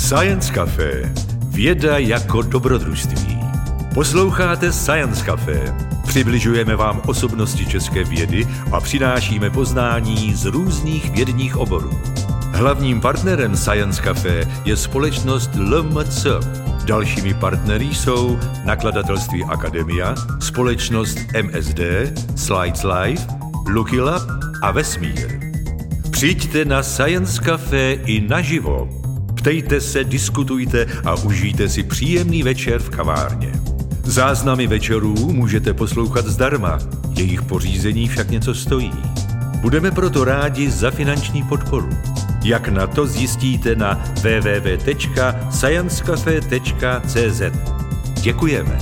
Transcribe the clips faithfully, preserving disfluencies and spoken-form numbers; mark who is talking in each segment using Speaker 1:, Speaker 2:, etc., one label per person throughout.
Speaker 1: Science Café. Věda jako dobrodružství. Posloucháte Science Café. Přibližujeme vám osobnosti české vědy a přinášíme poznání z různých vědních oborů. Hlavním partnerem Science Café je společnost L M C. Dalšími partnery jsou nakladatelství Akademia, společnost M S D, Slides Live, Lucky Lab a Vesmír. Přijďte na Science Café i naživo. Ptejte se, diskutujte a užijte si příjemný večer v kavárně. Záznamy večerů můžete poslouchat zdarma, jejich pořízení však něco stojí. Budeme proto rádi za finanční podporu. Jak na to zjistíte na w w w tečka science cafe tečka c z. Děkujeme.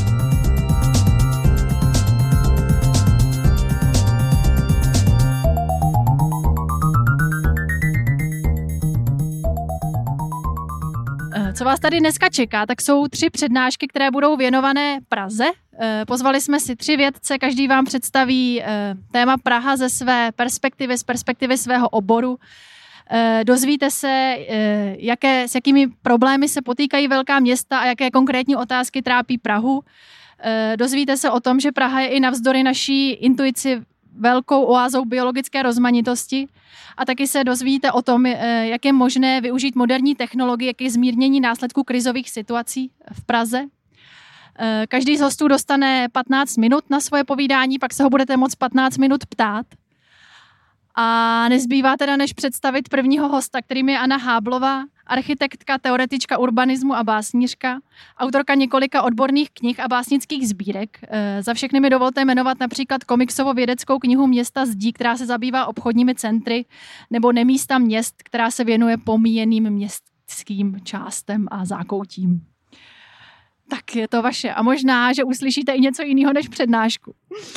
Speaker 2: Co vás tady dneska čeká, tak jsou tři přednášky, které budou věnované Praze. Pozvali jsme si tři vědce, každý vám představí téma Praha ze své perspektivy, z perspektivy svého oboru. Dozvíte se, jaké, s jakými problémy se potýkají velká města a jaké konkrétní otázky trápí Prahu. Dozvíte se o tom, že Praha je i navzdory naší intuici velkou oázou biologické rozmanitosti. A taky se dozvíte o tom, jak je možné využít moderní technologie k zmírnění následků krizových situací v Praze. Každý z hostů dostane patnáct minut na svoje povídání, pak se ho budete moct patnáct minut ptát. A nezbývá teda, než představit prvního hosta, kterým je Anna Háblová, architektka, teoretička urbanismu a básnířka, autorka několika odborných knih a básnických sbírek. Za všechny mi dovolte jmenovat například komiksovo-vědeckou knihu Města zdí, která se zabývá obchodními centry, nebo Nemísta měst, která se věnuje pomíjeným městským částem a zákoutím. Tak je to vaše. A možná, že uslyšíte i něco jiného než přednášku.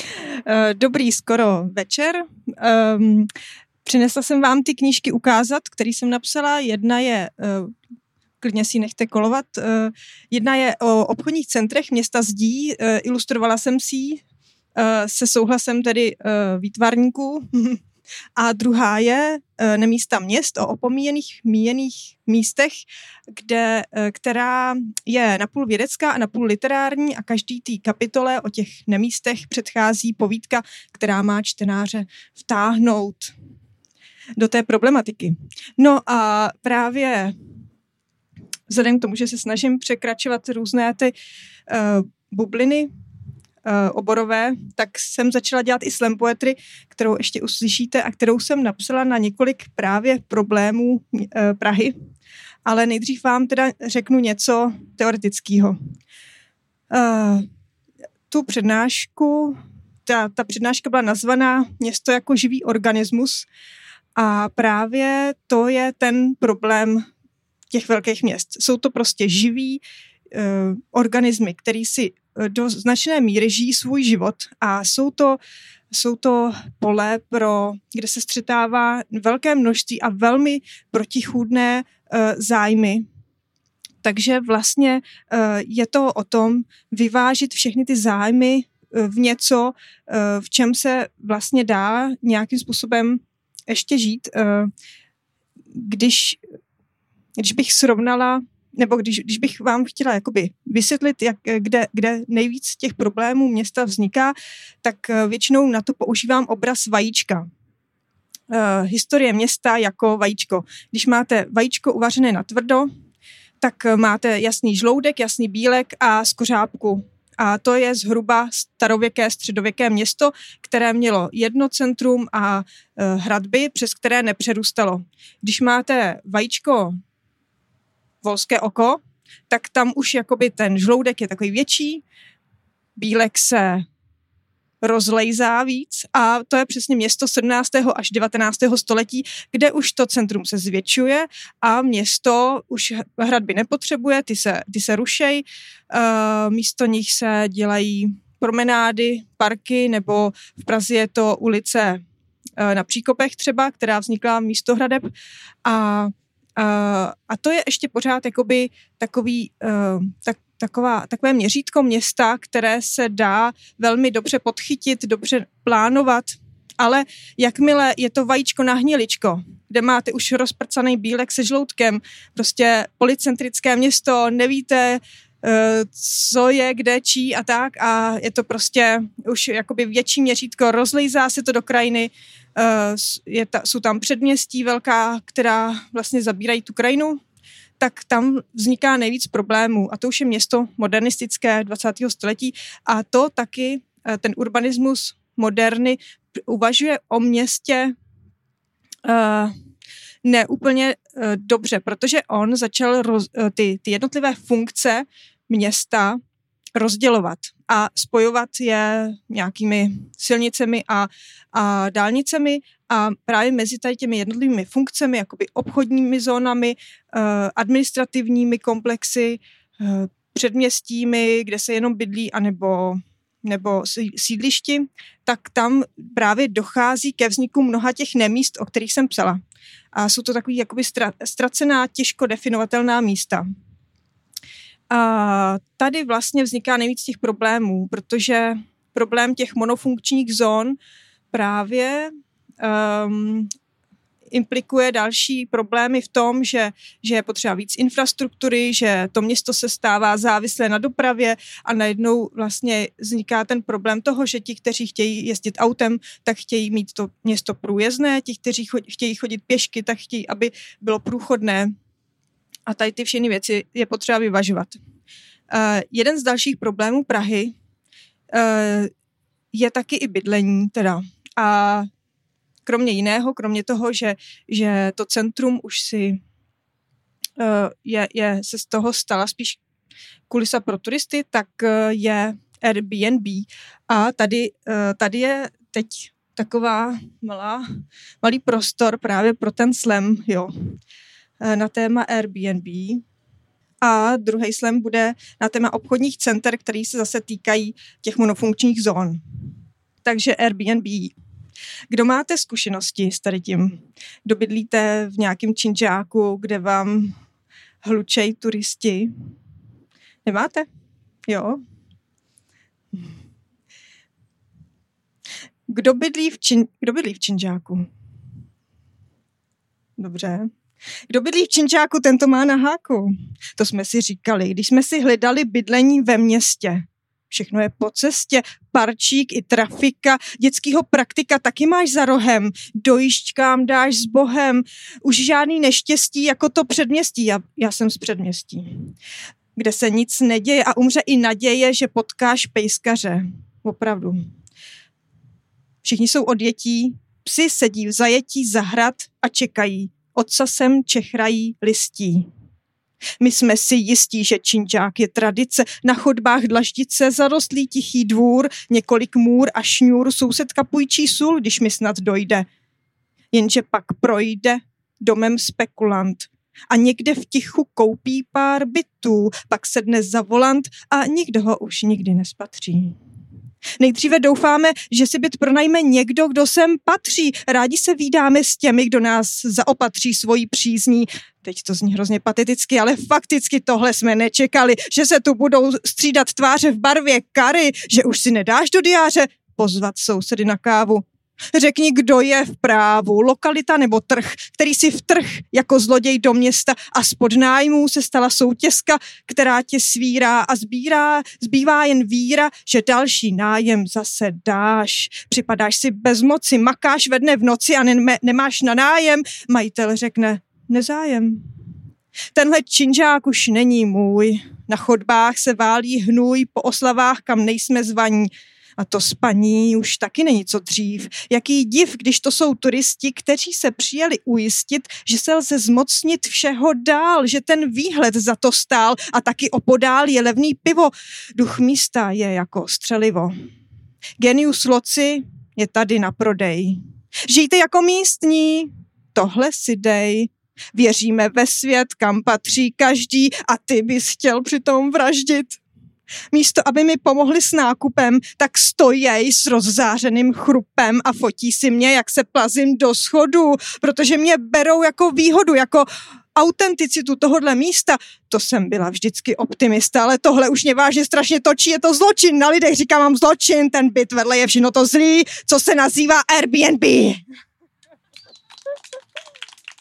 Speaker 3: Dobrý skoro večer. Um, přinesla jsem vám ty knížky ukázat, které jsem napsala. Jedna je, uh, klidně si nechte kolovat, uh, jedna je o obchodních centrech Města zdí. Uh, ilustrovala jsem si ji uh, se souhlasem tedy uh, výtvarníků. A druhá je e, Nemísta měst, o opomíjených míjených místech, kde, e, která je napůl vědecká a napůl literární a každý té kapitole o těch nemístech předchází povídka, která má čtenáře vtáhnout do té problematiky. No a právě vzhledem k tomu, že se snažím překračovat různé ty e, bubliny, oborové, tak jsem začala dělat i slam poetry, kterou ještě uslyšíte a kterou jsem napsala na několik právě problémů e, Prahy. Ale nejdřív vám teda řeknu něco teoretického. E, tu přednášku, ta, ta přednáška byla nazvaná Město jako živý organismus a právě to je ten problém těch velkých měst. Jsou to prostě živý e, organismy, který si do značné míry žijí svůj život a jsou to, jsou to pole, pro, kde se střetává velké množství a velmi protichůdné uh, zájmy. Takže vlastně uh, je to o tom vyvážit všechny ty zájmy uh, v něco, uh, v čem se vlastně dá nějakým způsobem ještě žít. Uh, když, když bych srovnala nebo když, když bych vám chtěla jakoby vysvětlit, jak, kde, kde nejvíc těch problémů města vzniká, tak většinou na to používám obraz vajíčka. Uh, historie města jako vajíčko. Když máte vajíčko uvařené na tvrdo, tak máte jasný žloudek, jasný bílek a skořápku. A to je zhruba starověké, středověké město, které mělo jedno centrum a uh, hradby, přes které nepřerůstalo. Když máte vajíčko volské oko, tak tam už jakoby ten žloudek je takový větší, bílek se rozlejzá víc a to je přesně město sedmnáctého až devatenáctého století, kde už to centrum se zvětšuje a město už hradby nepotřebuje, ty se, ty se rušej, uh, místo nich se dělají promenády, parky, nebo v Praze je to ulice uh, na Příkopech třeba, která vznikla místo hradeb a Uh, a to je ještě pořád jakoby takový, uh, tak, taková, takové měřítko města, které se dá velmi dobře podchytit, dobře plánovat, ale jakmile je to vajíčko na hniličko, kde máte už rozprcaný bílek se žloutkem, prostě polycentrické město, nevíte, co je, kde, čí a tak a je to prostě už jakoby větší měřítko, rozlejzá se to do krajiny, je ta, jsou tam předměstí velká, která vlastně zabírají tu krajinu, tak tam vzniká nejvíc problémů a to už je město modernistické dvacátého století a to taky ten urbanismus moderny uvažuje o městě uh, neúplně uh, dobře, protože on začal roz, uh, ty, ty jednotlivé funkce města rozdělovat a spojovat je nějakými silnicemi a, a dálnicemi a právě mezi tady těmi jednotlivými funkcemi, jakoby obchodními zónami, uh, administrativními komplexy, uh, předměstími, kde se jenom bydlí, anebo nebo sídlišti, tak tam právě dochází ke vzniku mnoha těch nemíst, o kterých jsem psala. A jsou to takový jakoby ztracená, těžko definovatelná místa. A tady vlastně vzniká nejvíc těch problémů, protože problém těch monofunkčních zón právě um, implikuje další problémy v tom, že, že je potřeba víc infrastruktury, že to město se stává závislé na dopravě a najednou vlastně vzniká ten problém toho, že ti, kteří chtějí jezdit autem, tak chtějí mít to město průjezdné, ti, kteří chodí, chtějí chodit pěšky, tak chtějí, aby bylo průchodné. A tady ty všechny věci je potřeba vyvažovat. Uh, jeden z dalších problémů Prahy uh, je taky i bydlení teda. A kromě jiného, kromě toho, že, že to centrum už si uh, je, je, se z toho stala spíš kulisa pro turisty, tak uh, je Airbnb. A tady, uh, tady je teď taková malá, malý prostor právě pro ten slam, jo, uh, na téma Airbnb. A druhý slam bude na téma obchodních center, který se zase týkají těch monofunkčních zón. Takže Airbnb. Kdo máte zkušenosti s tady tím? Kdo bydlíte v nějakém činžáku, kde vám hlučej turisti? Nemáte? Jo? Kdo bydlí v, čin, kdo bydlí v činžáku? Dobře. Kdo bydlí v činžáku, ten to má na háku. To jsme si říkali, když jsme si hledali bydlení ve městě. Všechno je po cestě, parčík i trafika, dětskýho praktika taky máš za rohem, dojížďkám dáš s Bohem, už žádný neštěstí jako to předměstí, já, já jsem z předměstí, kde se nic neděje a umře i naděje, že potkáš pejskaře, opravdu. Všichni jsou od dětí, psi sedí v zajetí zahrad a čekají, ocasem čechrají listí. My jsme si jistí, že činžák je tradice, na chodbách dlaždice, zarostlý tichý dvůr, několik můr a šňůr, sousedka půjčí sůl, když mi snad dojde. Jenže pak projde domem spekulant a někde v tichu koupí pár bytů, pak sedne za volant a nikdo ho už nikdy nespatří. Nejdříve doufáme, že si byt pronajme někdo, kdo sem patří. Rádi se vídáme s těmi, kdo nás zaopatří svojí přízní. Teď to zní hrozně pateticky, ale fakticky tohle jsme nečekali, že se tu budou střídat tváře v barvě kary, že už si nedáš do diáře pozvat sousedy na kávu. Řekni, kdo je v právu, lokalita nebo trh, který si vtrh jako zloděj do města a spod nájmů se stala soutězka, která tě svírá a sbírá, zbývá jen víra, že další nájem zase dáš. Připadáš si bez moci, makáš ve dne v noci a ne- nemáš na nájem, majitel řekne nezájem. Tenhle činžák už není můj, na chodbách se válí hnůj po oslavách, kam nejsme zvaní. A to spaní už taky není co dřív. Jaký div, když to jsou turisti, kteří se přijeli ujistit, že se lze zmocnit všeho dál, že ten výhled za to stál a taky opodál je levný pivo. Duch místa je jako střelivo. Genius loci je tady na prodej. Žijte jako místní, tohle si dej. Věříme ve svět, kam patří každý a ty bys chtěl přitom vraždit. Místo, aby mi pomohli s nákupem, tak stojí s rozzářeným chrupem a fotí si mě, jak se plazím do schodu, protože mě berou jako výhodu, jako autenticitu tohodle místa. To jsem byla vždycky optimista, ale tohle už mě vážně strašně točí, je to zločin. Na lidech říkám vám zločin, ten byt vedle je všechno to zlý, co se nazývá Airbnb.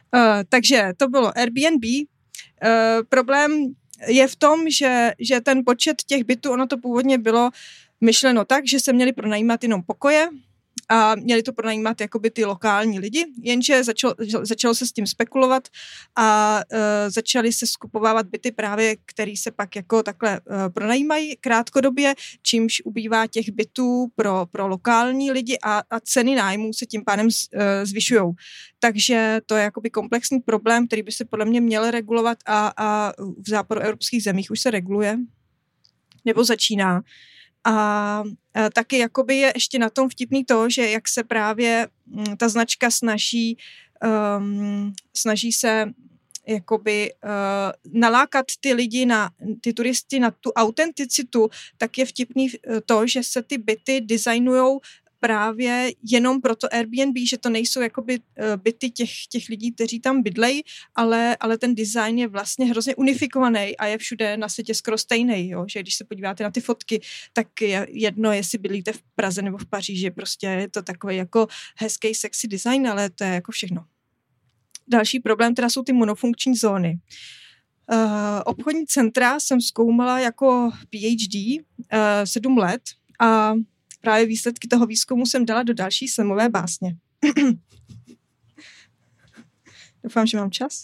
Speaker 3: takže to bylo Airbnb. Uh, problém je v tom, že, že ten počet těch bytů, ono to původně bylo myšleno tak, že se měli pronajímat jenom pokoje a měli to pronajímat jakoby ty lokální lidi, jenže začalo, začalo se s tím spekulovat a uh, začaly se skupovávat byty právě, který se pak jako takhle uh, pronajímají krátkodobě, čímž ubývá těch bytů pro, pro lokální lidi a, a ceny nájmů se tím pádem z, uh, zvyšujou. Takže to je jakoby komplexní problém, který by se podle mě měl regulovat a, a v západoevropských zemích už se reguluje nebo začíná. A taky jakoby je ještě na tom vtipný to, že jak se právě ta značka snaží, um, snaží se jakoby uh, nalákat ty lidi, na, ty turisty na tu autenticitu, tak je vtipný to, že se ty byty designujou právě jenom pro to Airbnb, že to nejsou jakoby byty těch, těch lidí, kteří tam bydlejí, ale, ale ten design je vlastně hrozně unifikovaný a je všude na světě skoro stejný, jo? Že když se podíváte na ty fotky, tak je jedno, jestli bydlíte v Praze nebo v Paříži, prostě je to takový jako hezký, sexy design, ale to je jako všechno. Další problém teda jsou ty monofunkční zóny. Uh, obchodní centra jsem zkoumala jako PhD uh, sedm let a právě výsledky toho výzkumu jsem dala do další slamové básně. Doufám, že mám čas.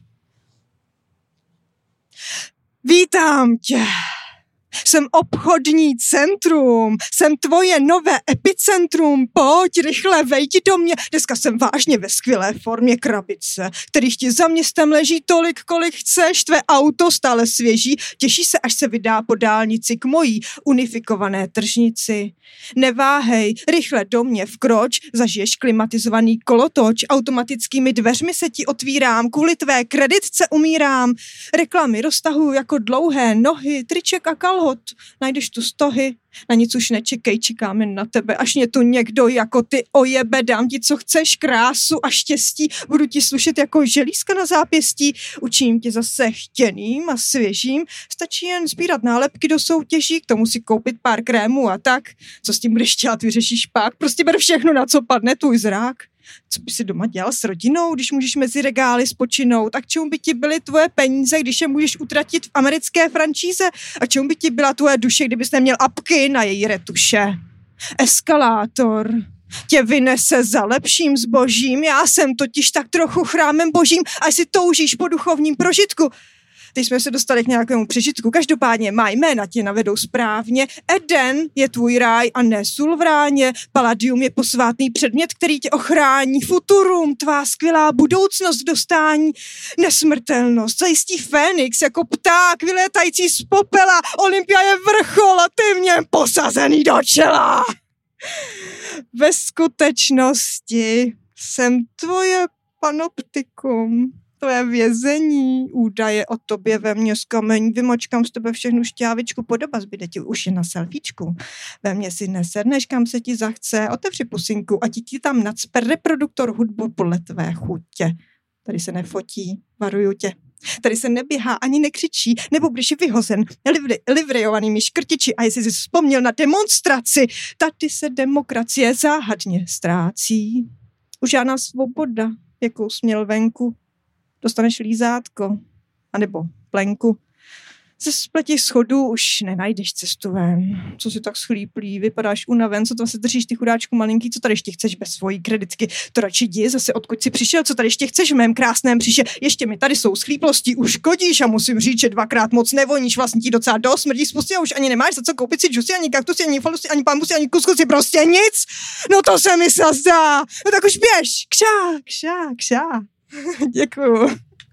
Speaker 3: Vítám tě! Jsem obchodní centrum, jsem tvoje nové epicentrum, pojď rychle, vejdi do mě. Dneska jsem vážně ve skvělé formě krabice, kterých ti za městem leží tolik, kolik chceš, tvé auto stále svěží, těší se, až se vydá po dálnici k mojí unifikované tržnici. Neváhej, rychle do mě vkroč, zažiješ klimatizovaný kolotoč, automatickými dveřmi se ti otvírám, kvůli tvé kreditce umírám. Reklamy roztahuju jako dlouhé nohy, triček a kalhot. Najdeš tu stohy, na nic už nečekej, čekáme na tebe, až mě tu někdo jako ty ojebe, dám ti, co chceš, krásu a štěstí, budu ti slušet jako želízka na zápěstí, učím tě zase chtěným a svěžím, stačí jen sbírat nálepky do soutěží, k tomu si koupit pár krémů a tak, co s tím budeš dělat, vyřešíš pak, prostě ber všechno, na co padne tvůj zrák. Co by si doma dělal s rodinou, když můžeš mezi regály spočinout? A k čemu by ti byly tvoje peníze, když je můžeš utratit v americké franšíze? A k čemu by ti byla tvoje duše, kdybys neměl apky na její retuše? Eskalátor tě vynese za lepším zbožím, já jsem totiž tak trochu chrámem božím, až si toužíš po duchovním prožitku. Teď jsme se dostali k nějakému přežitku. Každopádně má jména tě navedou správně. Eden je tvůj ráj a ne sůl v ráně. Palladium je posvátný předmět, který tě ochrání. Futurum, tvá skvělá budoucnost v dostání. Nesmrtelnost zajistí Fénix jako pták vylétající z popela. Olympia je vrchol a ty v něm posazený do čela. Ve skutečnosti jsem tvoje panoptikum. Tvoje vězení, údaje o tobě ve mně z kamení, vymočkám z tebe všechnu šťávičku, podoba zbyde ti už na selfiečku. Ve mně si nesedneš, kam se ti zachce, otevři pusinku a ti ti tam nacpe reproduktor hudbu podle tvé chutě. Tady se nefotí, varuju tě. Tady se neběhá ani nekřičí, nebo když je vyhozen livri, livriovanými škrtiči a jestli jsi vzpomněl na demonstraci, tady se demokracie záhadně ztrácí. Už žádná svoboda, jakou jsi měl venku. Dostaneš lízátko, anebo plenku. Ze spletích schodů už nenajdeš cestu ven. Co si tak schlíplý, vypadáš unaven, co to se držíš, ty chudáčku malinký, co tady ještě chceš bez svojí kreditky, to radši jdi zase, odkud si přišel, co tady ještě chceš v mém krásném příše, ještě mi tady jsou schlíplosti, už škodíš a musím říct, že dvakrát moc nevoníš, vlastně ti docela do smrdí spustí a už ani nemáš za co koupit si džusy, ani kaktusy, ani falusy, ani pambusy, ani kuskusy, prostě nic, no to se mi zdá, no tak už běž, kšá, kšá, kšá. Děkuju.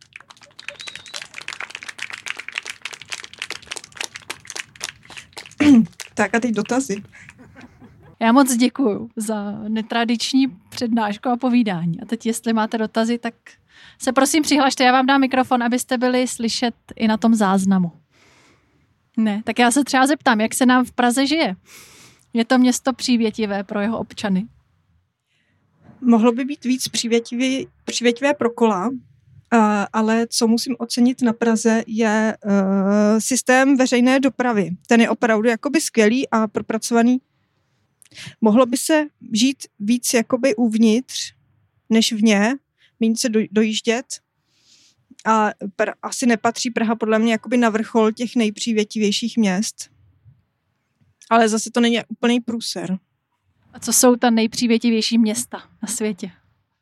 Speaker 3: Tak a teď dotazy.
Speaker 2: Já moc děkuju za netradiční přednášku a povídání. A teď, jestli máte dotazy, tak se prosím přihlašte. Já vám dám mikrofon, abyste byli slyšet i na tom záznamu. Ne, tak já se třeba zeptám, jak se nám v Praze žije? Je to město přívětivé pro jeho občany?
Speaker 3: Mohlo by být víc přívětivé, přívětivé pro kola, uh, ale co musím ocenit na Praze je uh, systém veřejné dopravy. Ten je opravdu jakoby skvělý a propracovaný. Mohlo by se žít víc jakoby uvnitř než vně. méně se do, dojíždět. A pr- asi nepatří Praha podle mě jakoby na vrchol těch nejpřívětivějších měst. Ale zase to není úplný průser.
Speaker 2: A co jsou ta nejpřívětivější města na světě?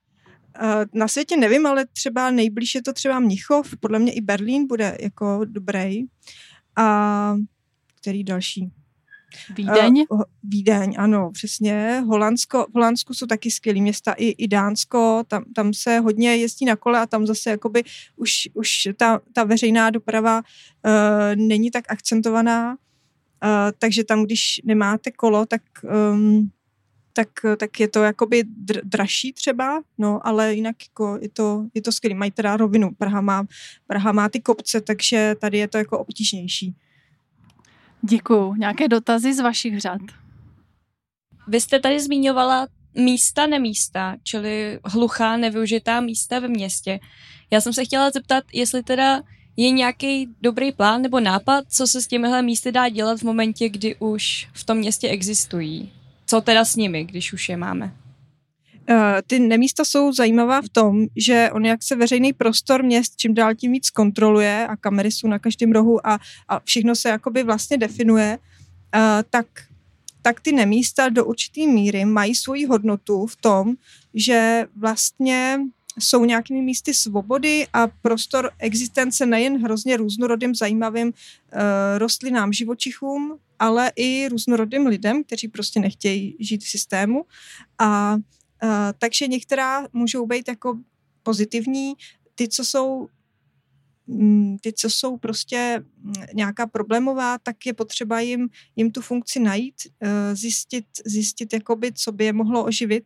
Speaker 3: Na světě nevím, ale třeba nejblíž je to třeba Mnichov, podle mě i Berlín bude jako dobrý. A který další?
Speaker 2: Vídeň?
Speaker 3: Uh, Vídeň, ano, přesně. Holandsko, v Holandsku jsou taky skvělý města, i, i Dánsko, tam, tam se hodně jezdí na kole a tam zase jakoby už, už ta, ta veřejná doprava uh, není tak akcentovaná, uh, takže tam, když nemáte kolo, tak... Um, Tak, tak je to jakoby dr- dražší třeba, no, ale jinak jako je to, je to skvělý. Mají teda rovinu. Praha má, Praha má ty kopce, takže tady je to jako obtížnější.
Speaker 2: Děkuju. Nějaké dotazy z vašich řad?
Speaker 4: Vy jste tady zmiňovala místa nemísta, čili hluchá nevyužitá místa ve městě. Já jsem se chtěla zeptat, jestli teda je nějaký dobrý plán nebo nápad, co se s těmihle místy dá dělat v momentě, kdy už v tom městě existují. Co teda s nimi, když už je máme?
Speaker 3: Uh, ty nemísta jsou zajímavá v tom, že on jak se veřejný prostor měst čím dál tím víc kontroluje a kamery jsou na každém rohu a, a všechno se jakoby vlastně definuje, uh, tak, tak ty nemísta do určitý míry mají svoji hodnotu v tom, že vlastně jsou nějakými místy svobody a prostor existence nejen hrozně různorodým, zajímavým uh, rostlinám, živočichům, ale i různorodým lidem, kteří prostě nechtějí žít v systému. A uh, takže některá můžou být jako pozitivní, ty, co jsou ty, co jsou prostě nějaká problémová, tak je potřeba jim, jim tu funkci najít, uh, zjistit, zjistit jakoby, co by je mohlo oživit.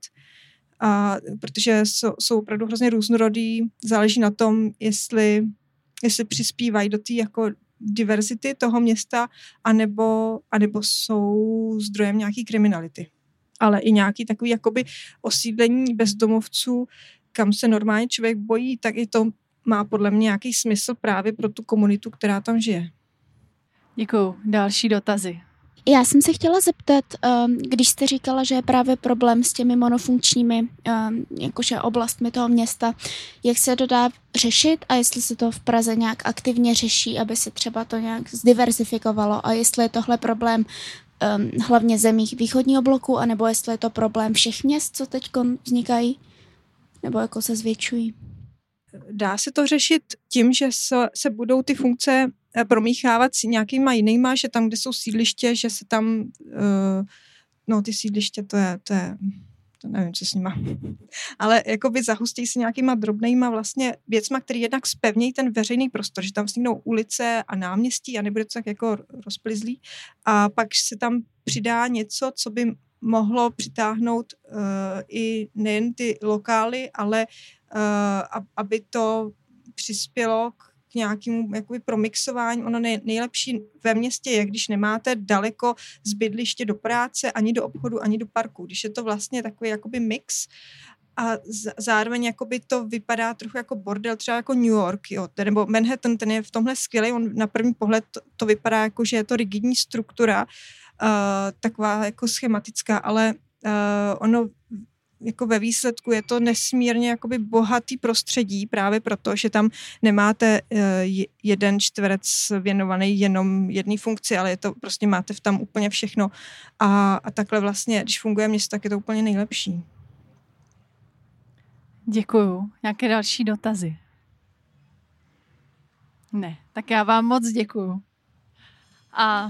Speaker 3: A protože jsou, jsou opravdu hrozně různorodý, záleží na tom, jestli, jestli přispívají do té jako diverzity toho města, anebo, anebo jsou zdrojem nějaký kriminality. Ale i nějaký takový jakoby osídlení bezdomovců, kam se normálně člověk bojí, tak i to má podle mě nějaký smysl právě pro tu komunitu, která tam žije.
Speaker 2: Děkuju. Další dotazy.
Speaker 5: Já jsem se chtěla zeptat, když jste říkala, že je právě problém s těmi monofunkčními jakože oblastmi toho města, jak se to dá řešit a jestli se to v Praze nějak aktivně řeší, aby se třeba to nějak zdiverzifikovalo a jestli je tohle problém hlavně zemích východního bloku, anebo jestli je to problém všech měst, co teď vznikají, nebo jako se zvětšují.
Speaker 3: Dá se to řešit tím, že se, se budou ty funkce promíchávat s nějakýma jinýma, že tam, kde jsou sídliště, že se tam, uh, no ty sídliště, to je, to je, to nevím, co s nima, ale jakoby zahustějí se nějakýma drobnýma vlastně věcma, které jednak zpevnějí ten veřejný prostor, že tam vzniknou ulice a náměstí a nebude to tak jako rozplizlý a pak se tam přidá něco, co by mohlo přitáhnout uh, i nejen ty lokály, ale uh, aby to přispělo k k nějakému jakoby promixování. Ono nej, nejlepší ve městě je, když nemáte daleko z bydliště do práce, ani do obchodu, ani do parku. Když je to vlastně takový jakoby mix a z, zároveň jakoby to vypadá trochu jako bordel, třeba jako New York, jo, nebo Manhattan, ten je v tomhle skvělý, on na první pohled to, to vypadá jako, že je to rigidní struktura, uh, taková jako schematická, ale uh, ono jako ve výsledku je to nesmírně jakoby bohatý prostředí právě proto, že tam nemáte uh, jeden čtverec věnovaný jenom jedné funkci, ale je to prostě máte v tam úplně všechno a, a takhle vlastně, když funguje město, tak je to úplně nejlepší.
Speaker 2: Děkuju. Nějaké další dotazy? Ne, tak já vám moc děkuju. A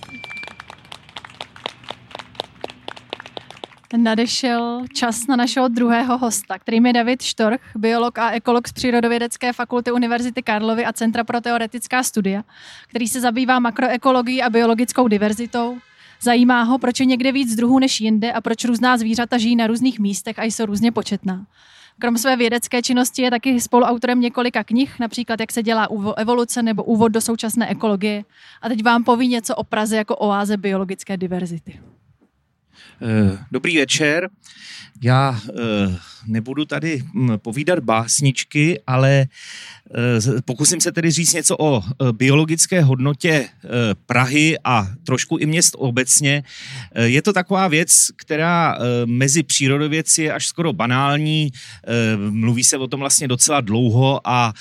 Speaker 2: nadešel čas na našeho druhého hosta, kterým je David Štorch, biolog a ekolog z Přírodovědecké fakulty Univerzity Karlovy a Centra pro teoretická studia, který se zabývá makroekologií a biologickou diverzitou. Zajímá ho, proč je někde víc druhů než jinde a proč různá zvířata žijí na různých místech a jsou různě početná. Krom své vědecké činnosti je taky spoluautorem několika knih, například Jak se dělá evoluce nebo Úvod do současné ekologie. A teď vám poví něco o Praze jako oáze biologické diverzity.
Speaker 6: Dobrý večer. Já nebudu tady povídat básničky, ale pokusím se tedy říct něco o biologické hodnotě Prahy a trošku i měst obecně. Je to taková věc, která mezi přírodovědci je až skoro banální. Mluví se o tom vlastně docela dlouho a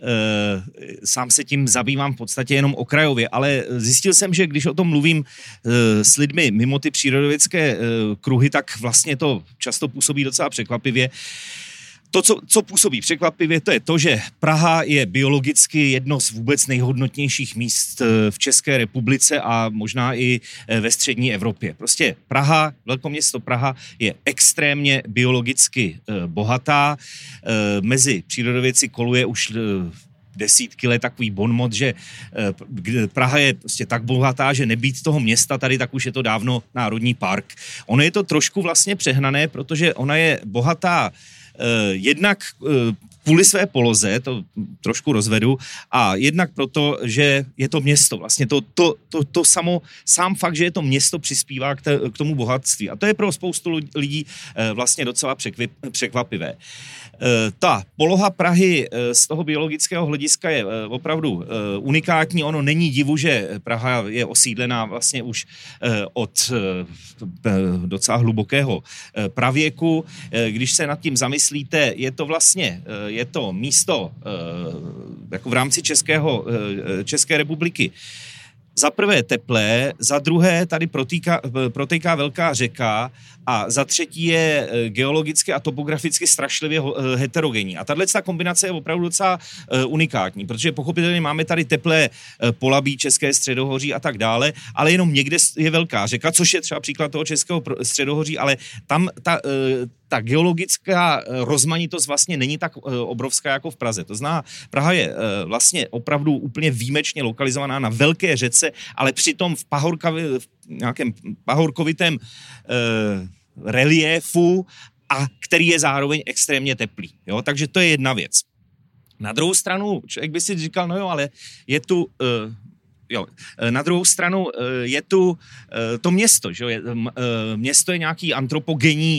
Speaker 6: sám se tím zabývám v podstatě jenom okrajově, ale zjistil jsem, že když o tom mluvím s lidmi mimo ty přírodovědské kruhy, tak vlastně to často působí docela překvapivě. To, co, co působí překvapivě, to je to, že Praha je biologicky jedno z vůbec nejhodnotnějších míst v České republice a možná i ve střední Evropě. Prostě Praha, velkoměsto Praha je extrémně biologicky bohatá. Mezi přírodovědci koluje už desítky let takový bonmot, že Praha je prostě tak bohatá, že nebýt toho města tady, tak už je to dávno národní park. Ono je to trošku vlastně přehnané, protože ona je bohatá jednak kvůli své poloze, to trošku rozvedu, a jednak proto, že je to město. Vlastně to, to, to, to samo, sám fakt, že je to město, přispívá k, te, k tomu bohatství. A to je pro spoustu lidí vlastně docela překvip, překvapivé. Ta poloha Prahy z toho biologického hlediska je opravdu unikátní. Ono není divu, že Praha je osídlená vlastně už od docela hlubokého pravěku. Když se nad tím zamyslíte, je to vlastně je to místo jako v rámci Českého, České republiky za prvé teplé, za druhé tady protýká, protéká velká řeka a za třetí je geologicky a topograficky strašlivě heterogenní. A tahle kombinace je opravdu docela unikátní, protože pochopitelně máme tady teplé Polabí, České středohoří a tak dále, ale jenom někde je velká řeka, což je třeba příklad toho Českého středohoří, ale tam ta, ta geologická rozmanitost vlastně není tak obrovská jako v Praze. To znamená, Praha je vlastně opravdu úplně výjimečně lokalizovaná na velké řece, ale přitom v, pahorkavi, v nějakém pahorkovitém eh, reliéfu, a který je zároveň extrémně teplý. Jo? Takže to je jedna věc. Na druhou stranu, člověk by si říkal, no jo, ale je tu... Eh, Jo. Na druhou stranu je tu to město, že je, město je nějaký antropogenní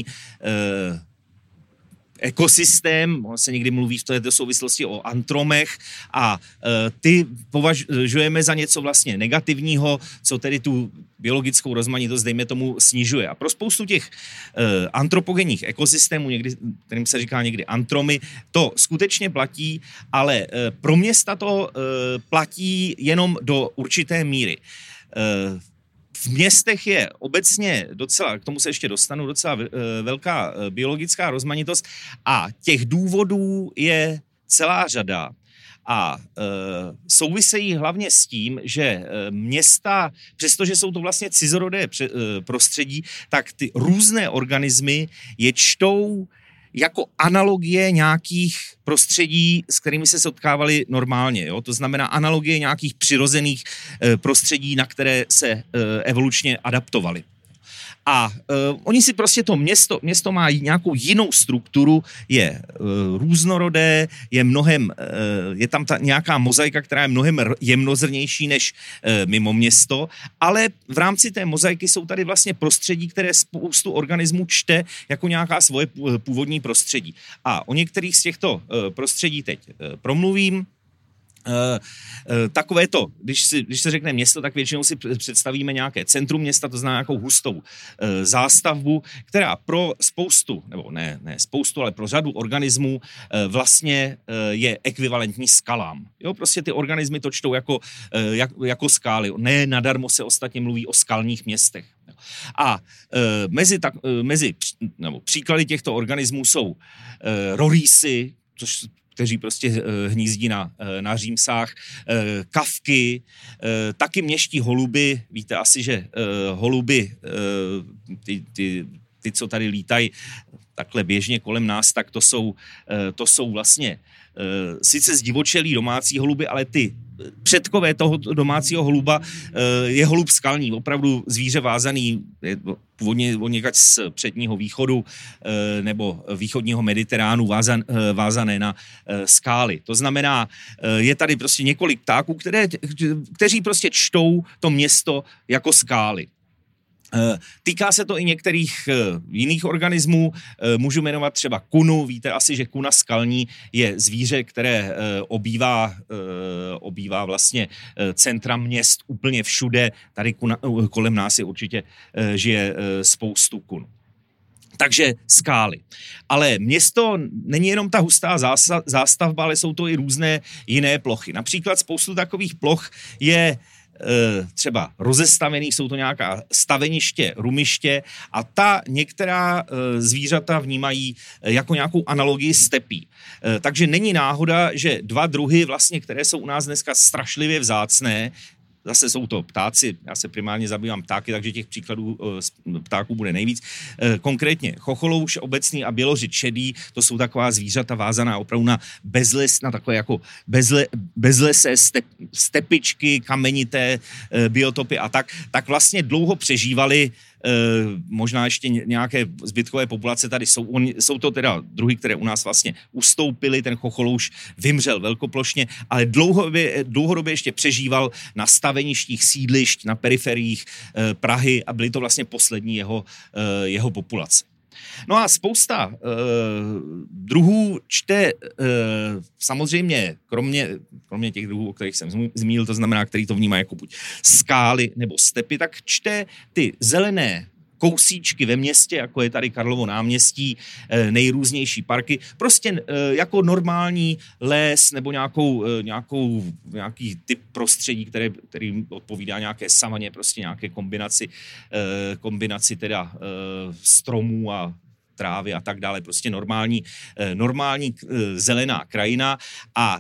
Speaker 6: ekosystém, se někdy mluví v této souvislosti o antromech a ty považujeme za něco vlastně negativního, co tedy tu biologickou rozmanitost, dejme tomu, snižuje. A pro spoustu těch antropogenních ekosystémů, někdy, kterým se říká někdy antromy, to skutečně platí, ale pro města to platí jenom do určité míry. V městech je obecně docela, k tomu se ještě dostanu, docela velká biologická rozmanitost a těch důvodů je celá řada. A e, souvisejí hlavně s tím, že města, přestože jsou to vlastně cizorodé pře, e, prostředí, tak ty různé organismy je čtou jako analogie nějakých prostředí, s kterými se setkávali normálně. Jo? To znamená analogie nějakých přirozených e, prostředí, na které se e, evolučně adaptovali. A uh, oni si prostě to město, město má nějakou jinou strukturu, je uh, různorodé, je mnohem, uh, je tam ta nějaká mozaika, která je mnohem jemnozrnější než uh, mimo město, ale v rámci té mozaiky jsou tady vlastně prostředí, které spoustu organismů čte jako nějaká svoje původní prostředí. A o některých z těchto uh, prostředí teď uh, promluvím. Uh, uh, takové to, když, si, když se řekne město, tak většinou si představíme nějaké centrum města, to znamená nějakou hustou uh, zástavbu, která pro spoustu, nebo ne, ne spoustu, ale pro řadu organismů uh, vlastně uh, je ekvivalentní skalám. Jo, prostě ty organismy to čtou jako, uh, jak, jako skály. Ne nadarmo se ostatně mluví o skalních městech. A uh, mezi, tak, uh, mezi nebo příklady těchto organismů jsou uh, rorýsy, což kteří prostě hnízdí na, na římsách, kavky, taky měští holuby. Víte asi, že holuby, ty, ty, ty co tady lítají takhle běžně kolem nás, tak to jsou, to jsou vlastně sice zdivočelí domácí holuby, ale ty předkové toho domácího holuba je holub skalní, opravdu zvíře vázaný, původně od někač z předního východu nebo východního Mediteránu vázan, vázané na skály. To znamená, je tady prostě několik ptáků, které, kteří prostě čtou to město jako skály. Týká se to i některých jiných organismů, můžu jmenovat třeba kunu, víte asi, že kuna skalní je zvíře, které obývá, obývá vlastně centra měst úplně všude, tady kuna, kolem nás je určitě žije spoustu kun. Takže skály. Ale město není jenom ta hustá zástavba, ale jsou to i různé jiné plochy. Například spoustu takových ploch je třeba rozestavených, jsou to nějaká staveniště, rumiště a ta některá zvířata vnímají jako nějakou analogii stepí. Takže není náhoda, že dva druhy vlastně, které jsou u nás dneska strašlivě vzácné, zase jsou to ptáci, já se primárně zabývám ptáky, takže těch příkladů ptáků bude nejvíc. Konkrétně chocholouš obecný a bělořid šedý, to jsou taková zvířata vázaná opravdu na bezles, na takové jako bezle, bezlesé step, stepičky, kamenité biotopy a tak, tak vlastně dlouho přežívali. Možná ještě nějaké zbytkové populace tady jsou. Oni, jsou to teda druhy, které u nás vlastně ustoupily, ten chocholouš vymřel velkoplošně, ale dlouhodobě, dlouhodobě ještě přežíval na staveništích sídlišť, na periferiích eh, Prahy a byly to vlastně poslední jeho, eh, jeho populace. No a spousta eh, druhů čte eh, samozřejmě, kromě, kromě těch druhů, o kterých jsem zmínil, to znamená, který to vnímá jako buď skály nebo stepy, tak čte ty zelené kousíčky ve městě, jako je tady Karlovo náměstí, nejrůznější parky, prostě jako normální les nebo nějakou, nějakou, nějaký typ prostředí, které, který odpovídá nějaké savaně, prostě nějaké kombinaci, kombinaci teda stromů a trávy a tak dále, prostě normální, normální zelená krajina a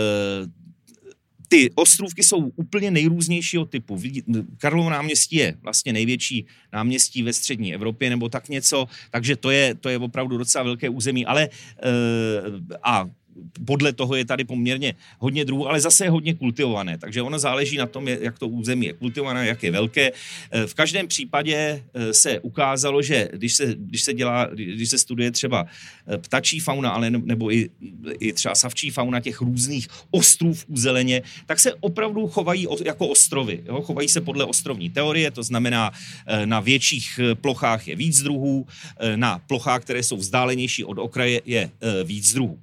Speaker 6: ty ostrůvky jsou úplně nejrůznějšího typu. Karlovo náměstí je vlastně největší náměstí ve střední Evropě nebo tak něco, takže to je, to je opravdu docela velké území, ale a podle toho je tady poměrně hodně druhů, ale zase je hodně kultivované, takže ono záleží na tom, jak to území je kultivované, jak je velké. V každém případě se ukázalo, že když se, když se dělá, když se studuje třeba ptačí fauna, ale nebo i, i třeba savčí fauna těch různých ostrůvků zeleně, tak se opravdu chovají jako ostrovy. Jo? Chovají se podle ostrovní teorie, to znamená, na větších plochách je víc druhů, na plochách, které jsou vzdálenější od okraje, je víc druhů.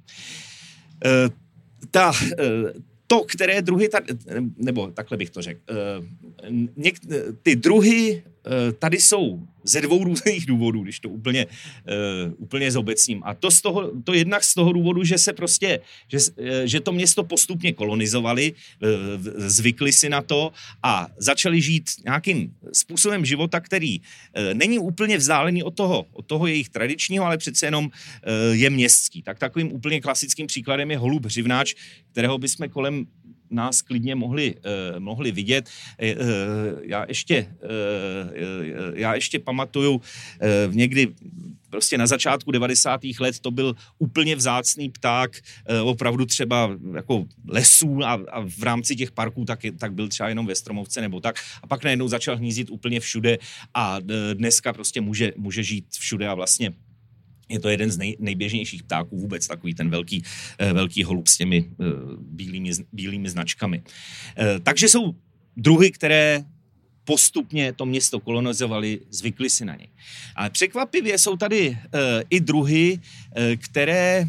Speaker 6: Ta, to, které druhy, tady, nebo takhle bych to řekl, něk, ty druhy tady jsou ze dvou různých důvodů, když to úplně, uh, úplně zobecním. A to, z toho, to jednak z toho důvodu, že se prostě, že, že to město postupně kolonizovali, uh, zvykli si na to a začali žít nějakým způsobem života, který uh, není úplně vzdálený od toho, od toho jejich tradičního, ale přece jenom uh, je městský. Tak takovým úplně klasickým příkladem je holub hřivnáč, kterého bychom kolem nás klidně mohli, uh, mohli vidět. Uh, já ještě, uh, já ještě pamatuju uh, někdy prostě na začátku devadesátých let to byl úplně vzácný pták, uh, opravdu třeba jako lesů a, a v rámci těch parků tak, tak byl třeba jenom ve Stromovce nebo tak. A pak najednou začal hnízdit úplně všude a uh, dneska prostě může, může žít všude a vlastně je to jeden z nej, nejběžnějších ptáků vůbec, takový ten velký, velký holub s těmi bílými, bílými značkami. Takže jsou druhy, které postupně to město kolonizovali, zvykli si na ně. Ale překvapivě jsou tady i druhy, které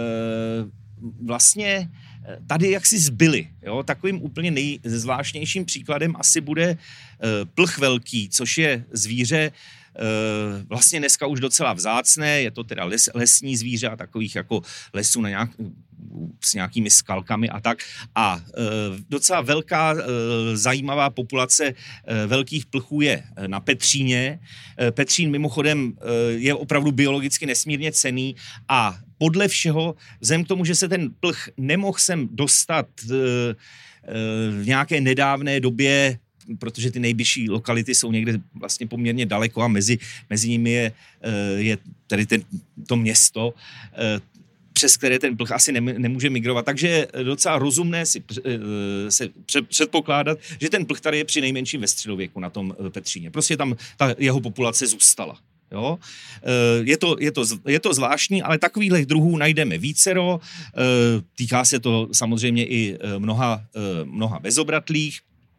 Speaker 6: vlastně tady jaksi zbyly. Jo? Takovým úplně nejzvláštnějším příkladem asi bude plch velký, což je zvíře vlastně dneska už docela vzácné, je to teda les, lesní zvíře a takových jako lesů na nějak, s nějakými skalkami a tak. A e, docela velká e, zajímavá populace e, velkých plchů je na Petříně. E, Petřín mimochodem e, je opravdu biologicky nesmírně cenný a podle všeho, vzhledem k tomu, že se ten plch nemohl sem dostat e, e, v nějaké nedávné době, protože ty nejbližší lokality jsou někde vlastně poměrně daleko a mezi, mezi nimi je, je tady ten, to město, přes které ten plch asi nemůže migrovat. Takže je docela rozumné si se předpokládat, že ten plch tady je při nejmenším ve středověku na tom Petříně. Prostě tam ta jeho populace zůstala. Jo? Je, to, je, to, je to zvláštní, ale takových druhů najdeme vícero. Týká se to samozřejmě i mnoha, mnoha bezobratlých.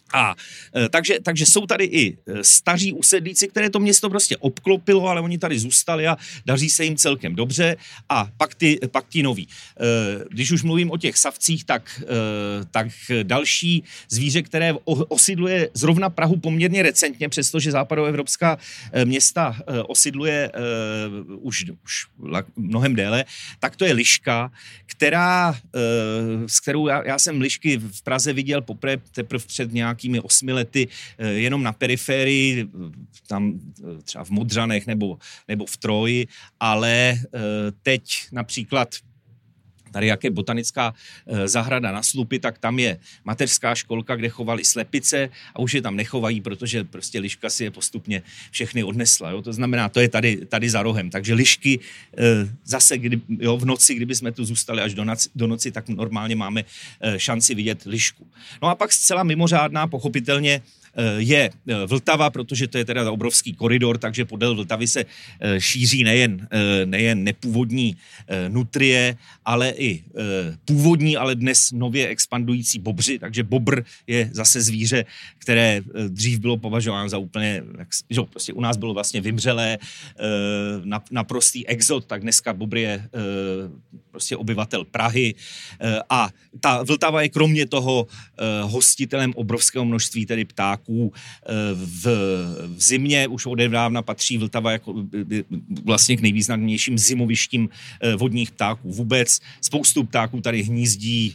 Speaker 6: A e, takže, takže jsou tady i staří usedlíci, které to město prostě obklopilo, ale oni tady zůstali a daří se jim celkem dobře. A pak ty, pak ti noví. E, když už mluvím o těch savcích, tak, e, tak další zvíře, které osidluje zrovna Prahu poměrně recentně, přestože západoevropská města e, osidluje e, už, už mnohem déle, tak to je liška, která, e, s kterou já, já jsem lišky v Praze viděl poprvé teprve před nějak nějakými osmi lety jenom na periférii, tam třeba v Modřanech nebo, nebo v Troji, ale teď například tady jak je botanická zahrada na Slupi, tak tam je mateřská školka, kde chovali slepice a už je tam nechovají, protože prostě liška si je postupně všechny odnesla. Jo? To znamená, to je tady, tady za rohem. Takže lišky zase kdy, jo, v noci, kdyby jsme tu zůstali až do noci, do noci, tak normálně máme šanci vidět lišku. No a pak zcela mimořádná, pochopitelně, je Vltava, protože to je teda obrovský koridor, takže podél Vltavy se šíří nejen, nejen nepůvodní nutrie, ale i původní, ale dnes nově expandující bobři, takže bobr je zase zvíře, které dřív bylo považováno za úplně, že prostě u nás bylo vlastně vymřelé, naprostý exot, tak dneska bobr je prostě obyvatel Prahy a ta Vltava je kromě toho hostitelem obrovského množství tedy ptáků. V, v zimě už odedávna patří Vltava jako vlastně k nejvýznamnějším zimovištím vodních ptáků. Vůbec spoustu ptáků tady hnízdí,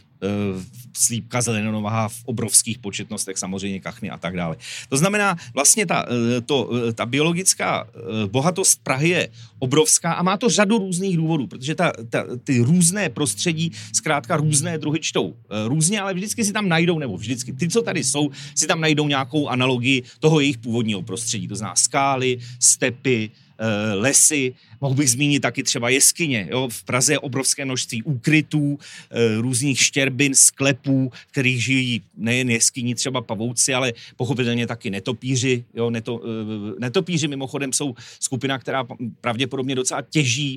Speaker 6: slípka zelenonohá v obrovských početnostech, samozřejmě kachny a tak dále. To znamená, vlastně ta, to, ta biologická bohatost Prahy je obrovská a má to řadu různých důvodů, protože ta, ta, ty různé prostředí zkrátka různé druhy čtou. Různě, ale vždycky si tam najdou, nebo vždycky, ty, co tady jsou, si tam najdou nějakou analogii toho jejich původního prostředí. To znamená skály, stepy, lesy, mohl bych zmínit taky třeba jeskyně. Jo? V Praze je obrovské množství úkrytů, různých štěrbin, sklepů, v kterých žijí nejen jeskyní, třeba pavouci, ale pochopitelně taky netopíři. Jo? Neto, netopíři mimochodem jsou skupina, která pravděpodobně docela těží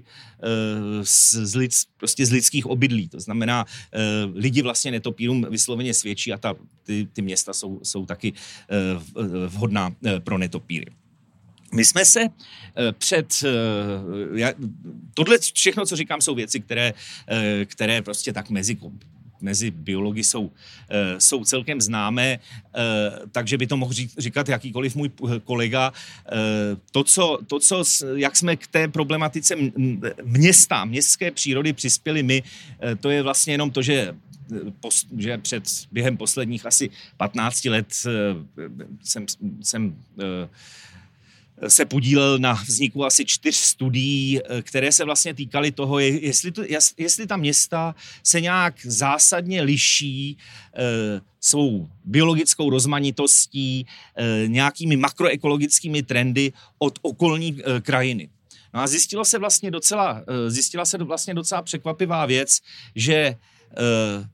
Speaker 6: z, z, lid, prostě z lidských obydlí. To znamená, lidi vlastně netopírům vysloveně svědčí a ta, ty, ty města jsou, jsou taky vhodná pro netopíry. My jsme se před... Tohle všechno, co říkám, jsou věci, které, které prostě tak mezi, mezi biology jsou, jsou celkem známé, takže by to mohl říkat jakýkoliv můj kolega. To, co, to, co, jak jsme k té problematice města, městské přírody přispěli my, to je vlastně jenom to, že že před během posledních asi patnácti let jsem... jsem se podílel na vzniku asi čtyř studií, které se vlastně týkaly toho, jestli, to, jestli ta města se nějak zásadně liší eh, svou biologickou rozmanitostí, eh, nějakými makroekologickými trendy od okolní eh, krajiny. No a zjistilo se vlastně docela, eh, zjistila se vlastně docela překvapivá věc, že eh,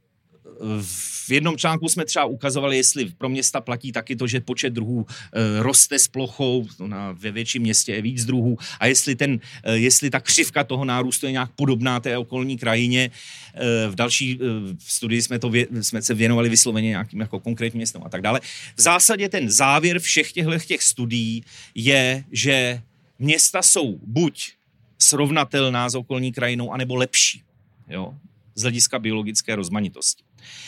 Speaker 6: v jednom článku jsme třeba ukazovali, jestli pro města platí taky to, že počet druhů e, roste s plochou, na, ve větším městě je víc druhů a jestli, ten, e, jestli ta křivka toho nárůstu je nějak podobná té okolní krajině. E, v další e, studii jsme, to vě, jsme se věnovali vysloveně nějakým jako konkrétním městům a tak dále. V zásadě ten závěr všech těchto těch studií je, že města jsou buď srovnatelná s okolní krajinou, anebo lepší, jo, z hlediska biologické rozmanitosti.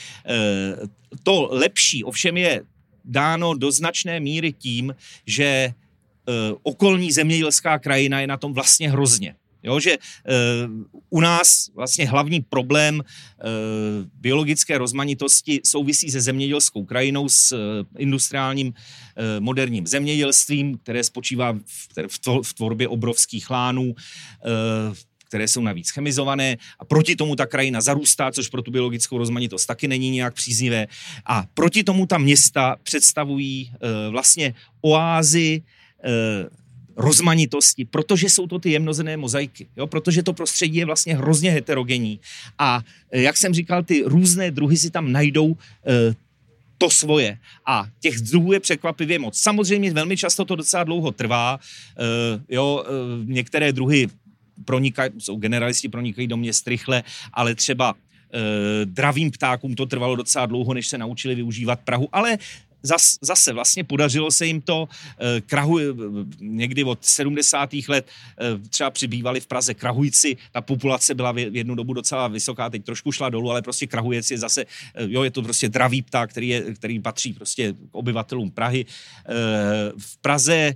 Speaker 6: To lepší ovšem je dáno do značné míry tím, že okolní zemědělská krajina je na tom vlastně hrozně. Jo, že u nás vlastně hlavní problém biologické rozmanitosti souvisí se zemědělskou krajinou, s industriálním moderním zemědělstvím, které spočívá v tvorbě obrovských lánů, které jsou navíc chemizované a proti tomu ta krajina zarůstá, což pro tu biologickou rozmanitost taky není nějak příznivé. A proti tomu ta města představují e, vlastně oázy e, rozmanitosti, protože jsou to ty jemnozenné mozaiky, jo? Protože to prostředí je vlastně hrozně heterogenní. A e, jak jsem říkal, ty různé druhy si tam najdou e, to svoje. A těch druhů je překvapivě moc. Samozřejmě velmi často to docela dlouho trvá. E, jo, e, některé druhy pronikají, jsou generalisti, pronikají do měst rychle, ale třeba e, dravým ptákům to trvalo docela dlouho, než se naučili využívat Prahu, ale zas, zase vlastně podařilo se jim to, krahu, někdy od sedmdesátých let třeba přibývali v Praze krahujci, ta populace byla v jednu dobu docela vysoká, teď trošku šla dolů, ale prostě krahujec je zase, jo, je to prostě dravý pták, který, je, který patří prostě k obyvatelům Prahy. V Praze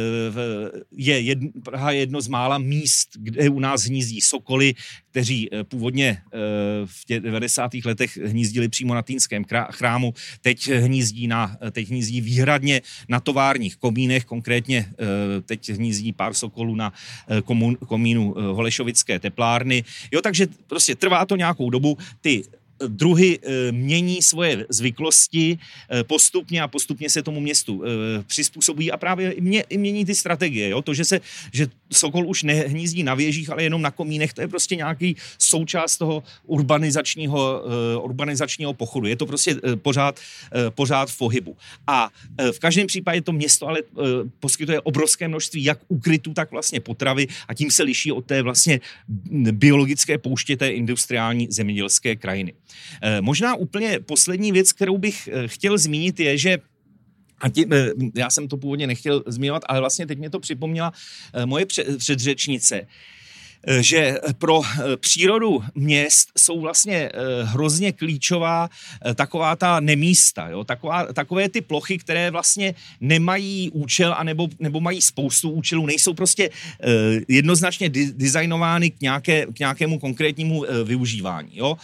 Speaker 6: je jedno, Praha je jedno z mála míst, kde u nás hnízdí sokoly, kteří původně v těch devadesátých letech hnízdili přímo na Týnském chrámu, teď hnízdí, na, teď hnízdí výhradně na továrních komínech, konkrétně teď hnízdí pár sokolů na komun, komínu Holešovické teplárny. Jo, takže prostě trvá to nějakou dobu, ty druhy mění svoje zvyklosti postupně a postupně se tomu městu přizpůsobují a právě mě, mění ty strategie. Jo? To, že se že sokol už nehnízdí na věžích, ale jenom na komínech, to je prostě nějaký součást toho urbanizačního, urbanizačního pochodu. Je to prostě pořád, pořád v pohybu. A v každém případě to město ale poskytuje obrovské množství jak úkrytů, tak vlastně potravy a tím se liší od té vlastně biologické pouště té industriální zemědělské krajiny. Možná úplně poslední věc, kterou bych chtěl zmínit, je, že a tím, já jsem to původně nechtěl zmiňovat, ale vlastně teď mě to připomněla moje předřečnice, že pro přírodu měst jsou vlastně hrozně klíčová taková ta nemísta, jo? Taková, takové ty plochy, které vlastně nemají účel anebo, nebo mají spoustu účelů, nejsou prostě jednoznačně designovány k, nějaké, k nějakému konkrétnímu využívání. Jo?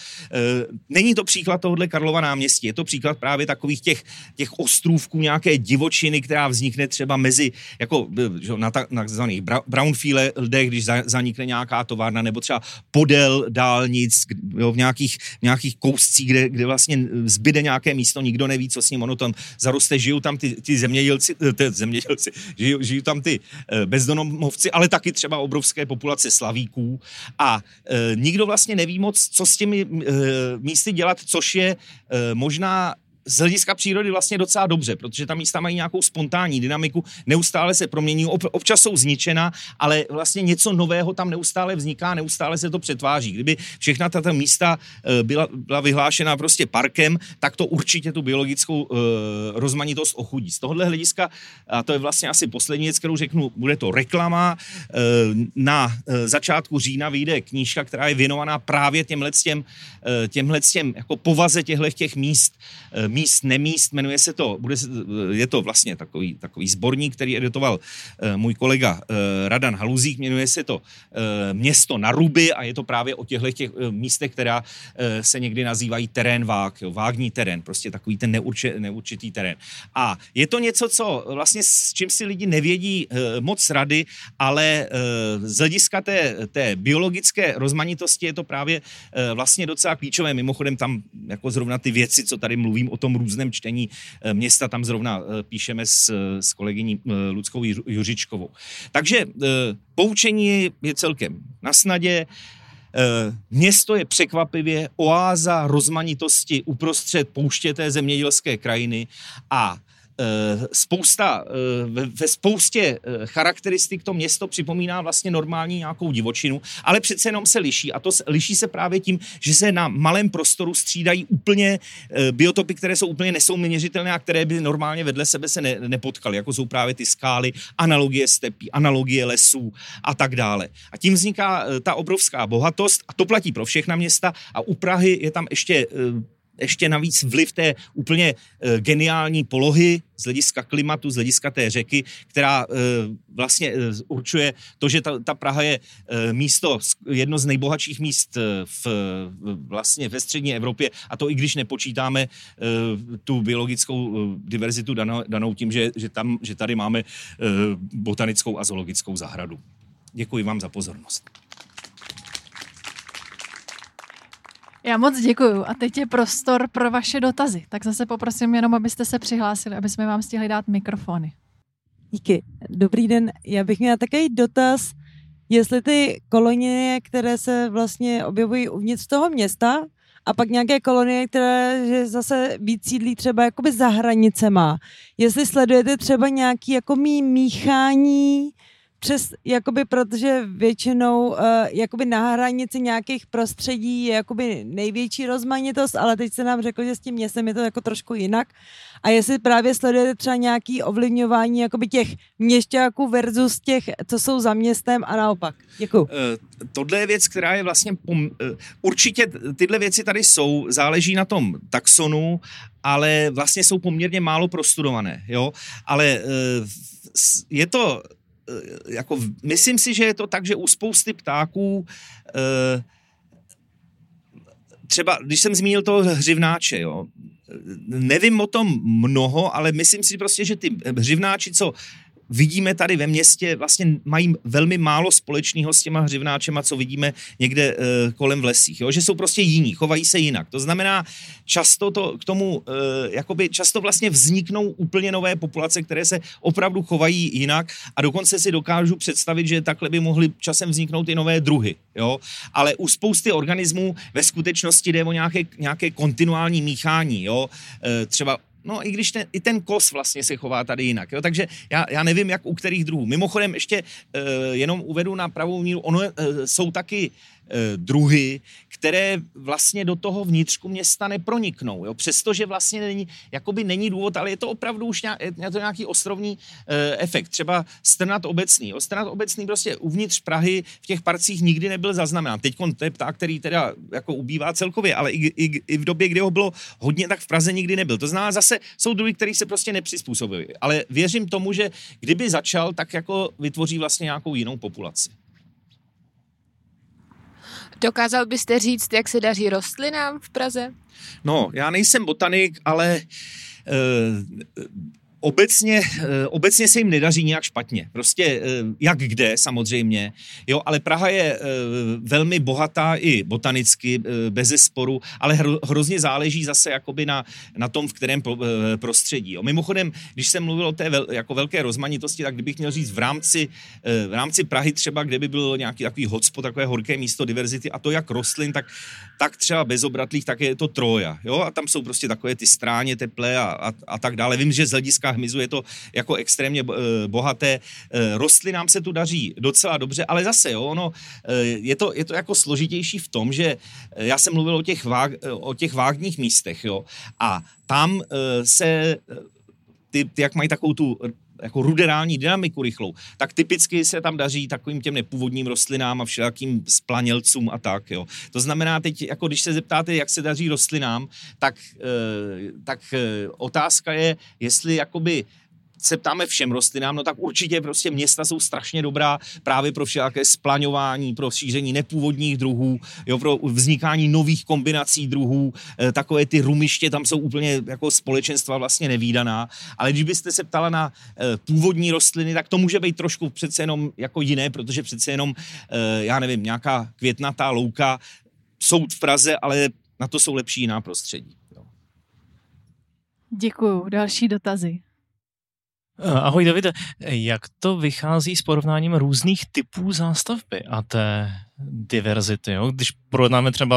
Speaker 6: Není to příklad tohohle Karlova náměstí, je to příklad právě takových těch, těch ostrůvků nějaké divočiny, která vznikne třeba mezi, jako na takzvaných brownfieldech, když zanikne nějaká továrna, nebo třeba podél dálnic, jo, v nějakých, nějakých kouscích, kde, kde vlastně zbyde nějaké místo, nikdo neví, co s ním, ono tam zaroste, žijou tam ty, ty zemědělci, ty zemědělci, žijou, žijou tam ty bezdomovci, ale taky třeba obrovské populace slavíků a e, nikdo vlastně neví moc, co s těmi e, místy dělat, což je e, možná z hlediska přírody vlastně docela dobře, protože ta místa mají nějakou spontánní dynamiku, neustále se promění, občas jsou zničena, ale vlastně něco nového tam neustále vzniká, neustále se to přetváří. Kdyby všechna tato místa byla, byla vyhlášena prostě parkem, tak to určitě tu biologickou uh, rozmanitost ochudí. Z tohohle hlediska, a to je vlastně asi poslední věc, kterou řeknu, bude to reklama. Uh, na uh, začátku října vyjde knížka, která je věnovaná právě těmhletěm, uh, těmhletěm jako povaze těchto míst, uh, míst, nemíst, jmenuje se to, bude se, je to vlastně takový, takový sborník, který editoval uh, můj kolega uh, Radan Haluzík, jmenuje se to uh, Město na ruby a je to právě o těchto těch, uh, místech, která uh, se někdy nazývají terén vág, jo, vágní terén, prostě takový ten neurči, neurčitý terén. A je to něco, co vlastně s čím si lidi nevědí uh, moc rady, ale uh, z hlediska té, té biologické rozmanitosti je to právě uh, vlastně docela klíčové. Mimochodem tam jako zrovna ty věci, co tady mluvím o tom různém čtení města, tam zrovna píšeme s, s kolegyní Luckou Juřičkovou. Takže poučení je celkem na snadě. Město je překvapivě oáza rozmanitosti uprostřed pouště té zemědělské krajiny a spousta, ve spoustě charakteristik to město připomíná vlastně normální nějakou divočinu, ale přece jenom se liší a to liší se právě tím, že se na malém prostoru střídají úplně biotopy, které jsou úplně nesouměřitelné a které by normálně vedle sebe se ne, nepotkaly, jako jsou právě ty skály, analogie stepí, analogie lesů a tak dále. A tím vzniká ta obrovská bohatost a to platí pro všechna města a u Prahy je tam ještě ještě navíc vliv té úplně e, geniální polohy z hlediska klimatu, z hlediska té řeky, která e, vlastně e, určuje to, že ta, ta Praha je e, místo, jedno z nejbohatších míst v, vlastně ve střední Evropě a to i když nepočítáme e, tu biologickou e, diverzitu danou, danou tím, že, že, tam, že tady máme e, botanickou a zoologickou zahradu. Děkuji vám za pozornost.
Speaker 2: Já moc děkuju a teď je prostor pro vaše dotazy. Tak zase poprosím jenom, abyste se přihlásili, aby jsme vám stihli dát mikrofony.
Speaker 7: Díky. Dobrý den. Já bych měla takový dotaz, jestli ty kolonie, které se vlastně objevují uvnitř toho města a pak nějaké kolonie, které že zase víc sídlí třeba jakoby za hranicema, jestli sledujete třeba nějaký jako mý míchání přes, jakoby, protože většinou uh, jakoby na hranici nějakých prostředí je jakoby největší rozmanitost, ale teď se nám řekl, že s tím městem je to jako trošku jinak. A jestli právě sledujete třeba nějaký ovlivňování jakoby těch měšťáků versus těch, co jsou za městem a naopak. Děkuju. Uh,
Speaker 6: tohle je věc, která je vlastně, pom- uh, určitě tyhle věci tady jsou, záleží na tom taxonu, ale vlastně jsou poměrně málo prostudované, jo, ale uh, je to, uh, jako, myslím si, že je to tak, že u spousty ptáků uh, třeba, když jsem zmínil toho hřivnáče, jo, nevím o tom mnoho, ale myslím si prostě, že ty hřivnáči, co vidíme tady ve městě, vlastně mají velmi málo společného s těma hřivnáčema, co vidíme někde e, kolem v lesích, jo? Že jsou prostě jiní, chovají se jinak. To znamená, často to k tomu, e, jakoby často vlastně vzniknou úplně nové populace, které se opravdu chovají jinak a dokonce si dokážu představit, že takhle by mohly časem vzniknout i nové druhy, jo? Ale u spousty organismů ve skutečnosti jde o nějaké, nějaké kontinuální míchání, jo? E, třeba no i když ten, i ten kos vlastně se chová tady jinak, jo? Takže já, já nevím, jak u kterých druhů. Mimochodem ještě uh, jenom uvedu na pravou míru, ono uh, jsou taky uh, druhy, které vlastně do toho vnitřku města neproniknou, jo? Přestože vlastně není, jakoby není důvod, ale je to opravdu už nějak, je to nějaký ostrovní uh, efekt. Třeba strnat obecný. Jo? Strnat obecný prostě uvnitř Prahy v těch parcích nikdy nebyl zaznamenán. Teďkon to je pták, který teda jako ubývá celkově, ale i, i, i v době, kdy ho bylo hodně, tak v Praze nikdy nebyl. To znamená zase jsou druhy, který se prostě nepřizpůsobují. Ale věřím tomu, že kdyby začal, tak jako vytvoří vlastně nějakou jinou populaci.
Speaker 8: Dokázal byste říct, jak se daří rostlinám v Praze?
Speaker 6: No, já nejsem botanik, ale uh, Obecně, obecně se jim nedaří nějak špatně. Prostě jak kde samozřejmě, jo, ale Praha je velmi bohatá i botanicky, bezesporu, ale hrozně záleží zase jakoby na, na tom, v kterém prostředí. Jo. Mimochodem, když jsem mluvil o té vel, jako velké rozmanitosti, tak kdybych měl říct v rámci, v rámci Prahy třeba, kde by byl nějaký takový hotspot, takové horké místo diverzity, a to jak rostlin, tak, tak třeba bezobratlých, tak je to Troja. Jo, a tam jsou prostě takové ty stráně teplé a, a, a tak dále. Vím, že z hlediska hmyzu je to jako extrémně bohaté. Rostlinám se tu daří docela dobře, ale zase, jo, ono, je to, je to jako složitější v tom, že já jsem mluvil o těch, vág, o těch vágních místech, jo, a tam se ty, ty jak mají takovou tu jako ruderální dynamiku rychlou, tak typicky se tam daří takovým těm nepůvodním rostlinám a všelakým splanělcům a tak, jo. To znamená teď, jako když se zeptáte, jak se daří rostlinám, tak, tak otázka je, jestli jakoby se ptáme všem rostlinám, no tak určitě prostě města jsou strašně dobrá právě pro všelaké splaňování, pro šíření nepůvodních druhů, jo, pro vznikání nových kombinací druhů, e, takové ty rumiště, tam jsou úplně jako společenstva vlastně nevídaná, ale když byste se ptala na e, původní rostliny, tak to může být trošku přece jenom jako jiné, protože přece jenom, e, já nevím, nějaká květnatá louka jsou v Praze, ale na to jsou lepší jiná prostředí. Jo.
Speaker 2: Děkuju. Další dotazy.
Speaker 9: Ahoj Davide, jak to vychází s porovnáním různých typů zástavby a té diverzity, jo? Když porovnáme třeba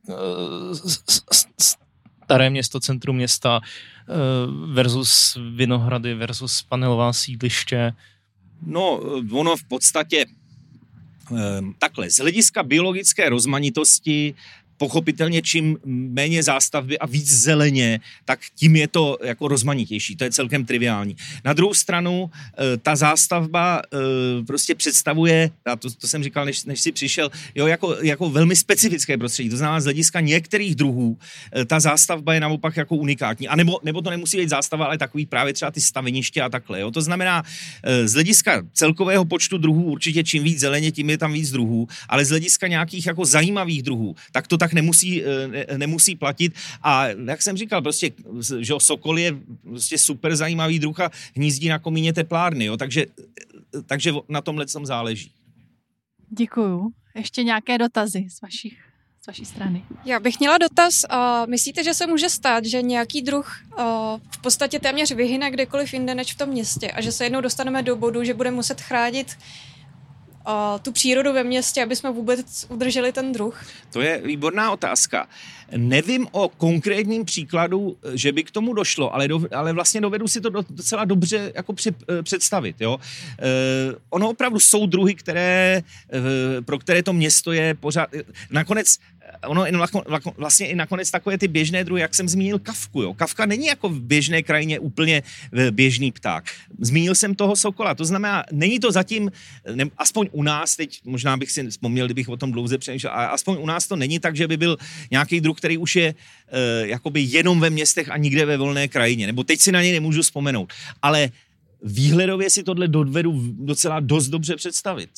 Speaker 9: staré město, centrum města versus vinohrady versus panelová sídliště?
Speaker 6: No, ono v podstatě takhle, z hlediska biologické rozmanitosti pochopitelně čím méně zástavby a víc zeleně, tak tím je to jako rozmanitější. To je celkem triviální. Na druhou stranu ta zástavba prostě představuje, a to, to jsem říkal, než, než jsi přišel, jo, jako, jako velmi specifické prostředí. To znamená z hlediska některých druhů ta zástavba je naopak jako unikátní. A nebo, nebo to nemusí být zástava, ale takový právě třeba ty staveniště a takhle. Jo. To znamená z hlediska celkového počtu druhů určitě čím víc zeleně, tím je tam víc druhů, ale z hlediska nějakých jako zajímavých druhů, tak to tak nemusí, ne, nemusí platit. A jak jsem říkal, prostě, že sokol je prostě super zajímavý druh a hnízdí na komíně teplárny, jo, takže, takže na tomhle tom záleží.
Speaker 2: Děkuju. Ještě nějaké dotazy z vašich, z vaší strany?
Speaker 10: Já bych měla dotaz. Uh, myslíte, že se může stát, že nějaký druh uh, v podstatě téměř vyhyne kdekoliv jinde než v tom městě a že se jednou dostaneme do bodu, že bude muset chránit o, tu přírodu ve městě, aby jsme vůbec udrželi ten druh?
Speaker 6: To je výborná otázka. Nevím o konkrétním příkladu, že by k tomu došlo, ale, do, ale vlastně dovedu si to docela dobře jako při, představit. Jo? E, ono opravdu jsou druhy, které, e, pro které to město je pořád... Nakonec ono vlastně i nakonec takové ty běžné druhy, jak jsem zmínil kavku. Jo? Kavka není jako v běžné krajině úplně běžný pták. Zmínil jsem toho sokola, to znamená, není to zatím, ne, aspoň u nás, teď možná bych si vzpomněl, kdybych o tom dlouze přemýšlel, ale aspoň u nás to není tak, že by byl nějaký druh, který už je e, jakoby jenom ve městech a nikde ve volné krajině. Nebo teď si na něj nemůžu vzpomenout. Ale výhledově si tohle dovedu docela dost dobře představit.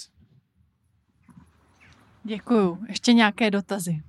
Speaker 2: Děkuju. Ještě nějaké dotazy?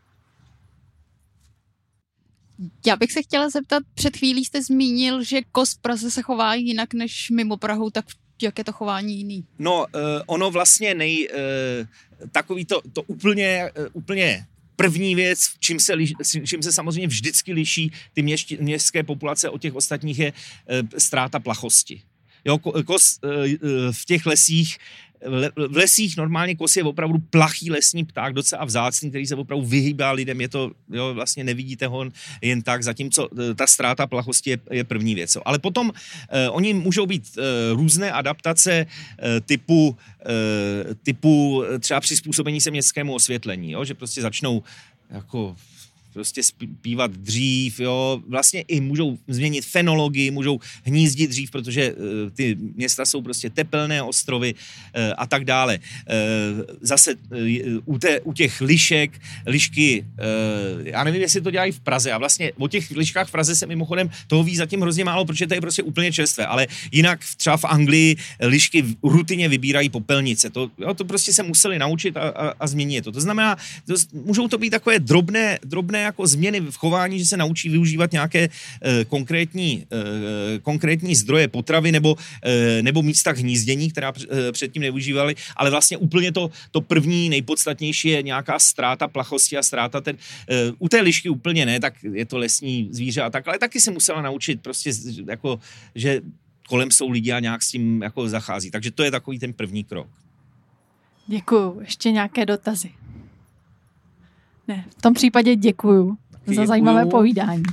Speaker 11: Já bych se chtěla zeptat, před chvílí jste zmínil, že kos v Praze se chová jinak než mimo Prahu, tak jak je to chování jiný?
Speaker 6: No, uh, ono vlastně nej... Uh, takový to, to úplně, uh, úplně první věc, čím se, liš, čím se samozřejmě vždycky liší ty měšť, městské populace od těch ostatních, je uh, ztráta plachosti. Jo, kos uh, v těch lesích v lesích normálně kos je opravdu plachý lesní pták, docela vzácný, který se opravdu vyhýbá lidem, je to, jo, vlastně nevidíte ho jen tak, zatímco ta ztráta plachosti je, je první věc. Ale potom eh, oni můžou být eh, různé adaptace eh, typu, eh, typu třeba přizpůsobení se městskému osvětlení, jo, že prostě začnou jako prostě zpívat dřív, jo, vlastně i můžou změnit fenologii, můžou hnízdit dřív, protože uh, ty města jsou prostě tepelné ostrovy uh, a tak dále. Uh, zase uh, u, té, u těch lišek, lišky, uh, já nevím, jestli to dělají v Praze a vlastně o těch liškách v Praze se mimochodem toho ví zatím hrozně málo, protože to je prostě úplně čerstvé, ale jinak třeba v Anglii lišky rutině vybírají popelnice, to, jo, to prostě se museli naučit a, a, a změnit to. To znamená, to, můžou to být takové drobné, drobné jako změny v chování, že se naučí využívat nějaké uh, konkrétní, uh, konkrétní zdroje potravy nebo, uh, nebo místa k hnízdění, která uh, předtím nevyužívali, ale vlastně úplně to, to první nejpodstatnější je nějaká ztráta plachosti a ztráta ten, uh, u té lišky úplně ne, tak je to lesní zvíře a tak, ale taky se musela naučit prostě jako, že kolem jsou lidi a nějak s tím jako zachází. Takže to je takový ten první krok.
Speaker 2: Děkuju. Ještě nějaké dotazy? Ne, v tom případě děkuju Taky za děkuju. Zajímavé povídání.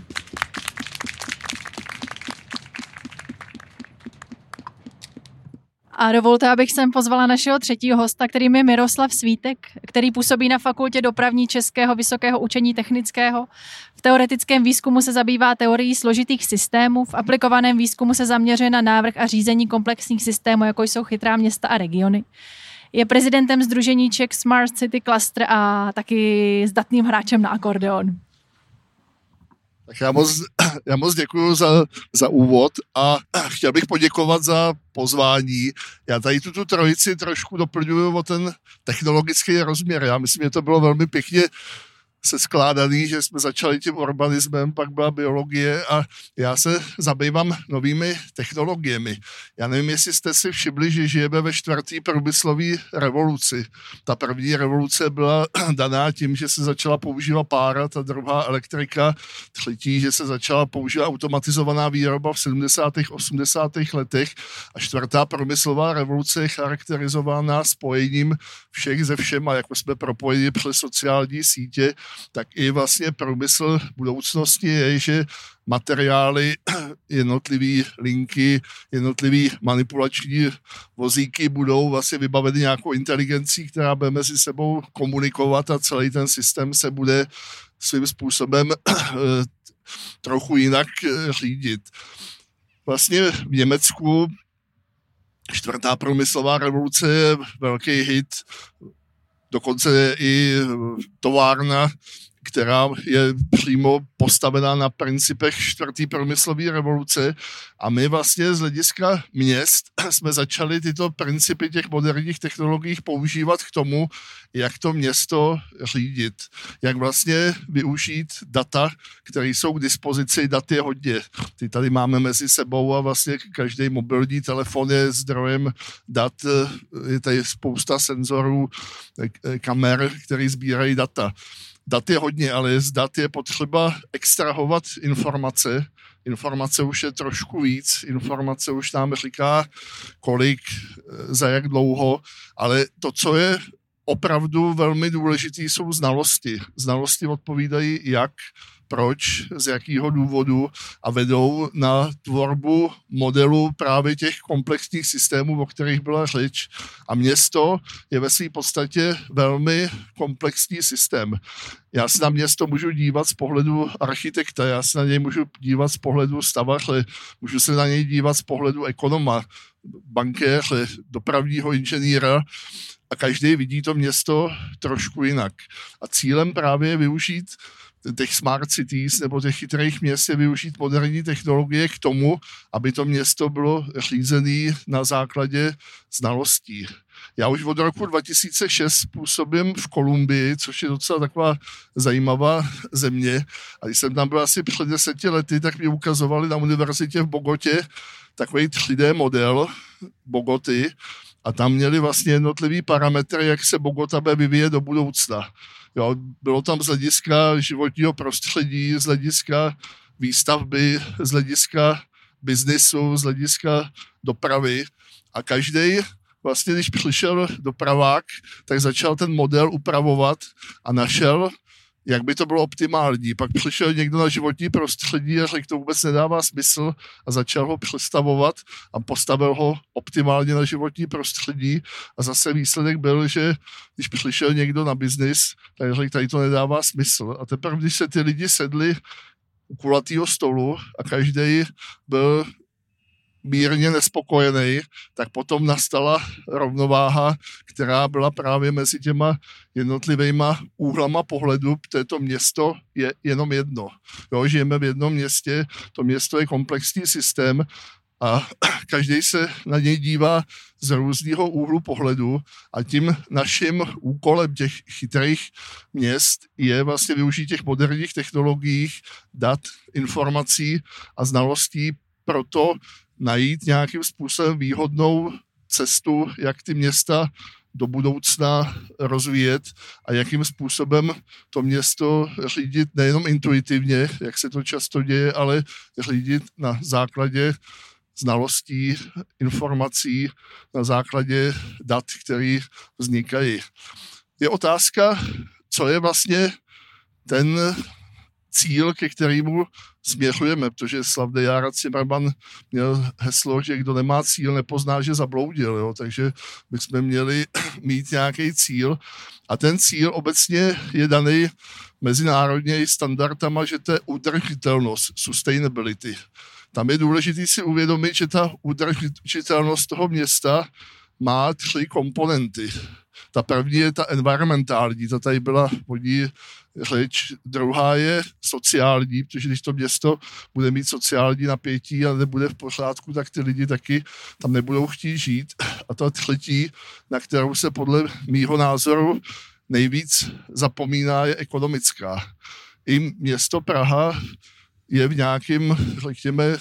Speaker 2: A dovolte, abych sem pozvala našeho třetího hosta, kterým je Miroslav Svítek, který působí na Fakultě dopravní Českého vysokého učení technického. V teoretickém výzkumu se zabývá teorií složitých systémů, v aplikovaném výzkumu se zaměřuje na návrh a řízení komplexních systémů, jako jsou chytrá města a regiony. Je prezidentem sdružení Czech Smart City Cluster a taky zdatným hráčem na akordeon.
Speaker 12: Tak já moc, já moc děkuji za, za úvod a chtěl bych poděkovat za pozvání. Já tady tuto trojici trošku doplňuji o ten technologický rozměr. Já myslím, že to bylo velmi pěkně se skládaný, že jsme začali tím urbanismem, pak byla biologie a já se zabývám novými technologiemi. Já nevím, jestli jste si všimli, že žijeme ve čtvrtý průmyslové revoluci. Ta první revoluce byla daná tím, že se začala používat pára, ta druhá elektrika, třetí, že se začala používat automatizovaná výroba v sedmdesátých osmdesátých letech a čtvrtá průmyslová revoluce je charakterizována spojením všech ze všem a jako jsme propojeni přes sociální sítě, tak i vlastně průmysl budoucnosti je, že materiály, jednotlivé linky, jednotlivé manipulační vozíky budou vlastně vybaveny nějakou inteligencí, která bude mezi sebou komunikovat a celý ten systém se bude svým způsobem trochu jinak řídit. Vlastně v Německu čtvrtá průmyslová revoluce je velký hit, dokonce je i továrna, která je přímo postavená na principech čtvrtý průmyslové revoluce a my vlastně z hlediska měst jsme začali tyto principy těch moderních technologií používat k tomu, jak to město řídit, jak vlastně využít data, které jsou k dispozici, dat je hodně. Ty tady máme mezi sebou a vlastně každý mobilní telefon je zdrojem dat, je tady spousta senzorů, kamer, které sbírají data. Dat je hodně, ale z dat je potřeba extrahovat informace, informace už je trošku víc, informace už nám říká, kolik, za jak dlouho, ale to, co je opravdu velmi důležité, jsou znalosti. Znalosti odpovídají jak, proč, z jakého důvodu a vedou na tvorbu modelu právě těch komplexních systémů, o kterých byla řeč. A město je ve své podstatě velmi komplexní systém. Já se na město můžu dívat z pohledu architekta, já se na něj můžu dívat z pohledu stavaře, můžu se na něj dívat z pohledu ekonoma, bankéře, dopravního inženýra, a každý vidí to město trošku jinak. A cílem právě je využít těch smart cities nebo těch chytrých měst je využít moderní technologie k tomu, aby to město bylo řízené na základě znalostí. Já už od roku dva tisíce šest působím v Kolumbii, což je docela taková zajímavá země. A když jsem tam byl asi před deseti lety, tak mi ukazovali na univerzitě v Bogotě takový tři dé model Bogoty a tam měli vlastně jednotlivý parametry, jak se Bogota bude vyvíjet do budoucna. Jo, bylo tam z hlediska životního prostředí, z hlediska výstavby, z hlediska biznisu, z hlediska dopravy a každý vlastně, když přišel dopravák, tak začal ten model upravovat a našel, jak by to bylo optimální. Pak přišel někdo na životní prostředí a řekl, to vůbec nedává smysl a začal ho přestavovat a postavil ho optimálně na životní prostředí a zase výsledek byl, že když přišel někdo na biznis, tak řekl, tady to nedává smysl. A teprve, když se ty lidi sedli u kulatýho stolu a každý byl mírně nespokojený, tak potom nastala rovnováha, která byla právě mezi těma jednotlivýma úhlama pohledu. Této město je jenom jedno. Jo, žijeme v jednom městě, to město je komplexní systém a každý se na něj dívá z různého úhlu pohledu a tím naším úkolem těch chytrých měst je vlastně využít těch moderních technologií, dat, informací a znalostí pro to, najít nějakým způsobem výhodnou cestu, jak ty města do budoucna rozvíjet a jakým způsobem to město řídit nejenom intuitivně, jak se to často děje, ale řídit na základě znalostí, informací, na základě dat, které vznikají. Je otázka, co je vlastně ten cíl, ke kterému směřujeme, protože Slavde Jára Cimrman měl heslo, že kdo nemá cíl, nepozná, že zabloudil. Jo? Takže bychom měli mít nějaký cíl a ten cíl obecně je daný mezinárodně i standardama, že to je udržitelnost, sustainability. Tam je důležité si uvědomit, že ta udržitelnost toho města má tři komponenty. Ta první je ta environmentální, ta tady byla vodní řeč, druhá je sociální, protože když to město bude mít sociální napětí a nebude v pořádku, tak ty lidi taky tam nebudou chtít žít. A ta třetí, na kterou se podle mýho názoru nejvíc zapomíná, je ekonomická. I město Praha je v nějakém, řekněme,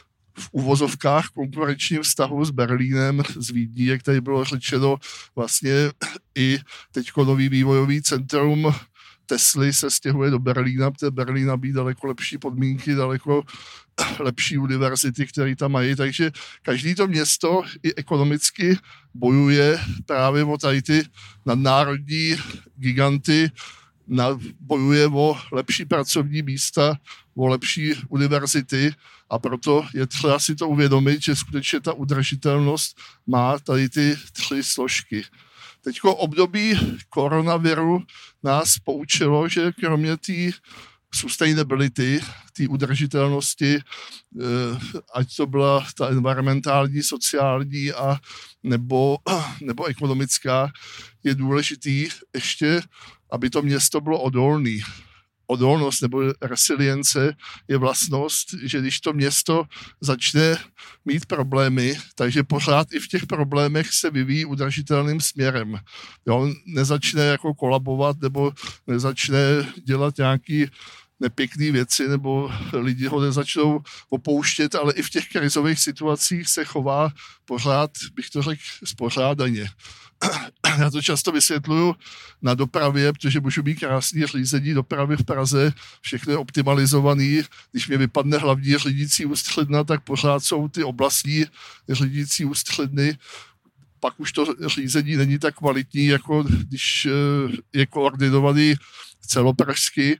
Speaker 12: v uvozovkách konkurenčním vztahu s Berlínem, s Vídní, jak tady bylo řečeno, vlastně i teďko nový vývojový centrum Tesly se stěhuje do Berlína, protože Berlín nabídí daleko lepší podmínky, daleko lepší univerzity, které tam mají, takže každý to město i ekonomicky bojuje právě o tady ty nadnárodní giganty, na, bojuje o lepší pracovní místa, o lepší univerzity a proto je třeba si to uvědomit, že skutečně ta udržitelnost má tady ty tři složky. Teďko období koronaviru nás poučilo, že kromě té sustainability, té udržitelnosti, ať to byla ta environmentální, sociální a nebo, nebo ekonomická, je důležitý ještě, aby to město bylo odolné. Odolnost nebo resilience je vlastnost, že když to město začne mít problémy, takže pořád i v těch problémech se vyvíjí udržitelným směrem. Jo, nezačne jako kolabovat nebo nezačne dělat nějaký nepěkné věci nebo lidi ho nezačnou opouštět, ale i v těch krizových situacích se chová pořád, bych to řekl, spořádaně. já to často vysvětluju na dopravě, protože můžu mít krásný řízení dopravy v Praze, všechno je optimalizovaný. Když mě vypadne hlavní řídící ústředna, tak pořád jsou ty oblastní řídící ústředny. Pak už to řízení není tak kvalitní, jako když je koordinovaný celopražsky.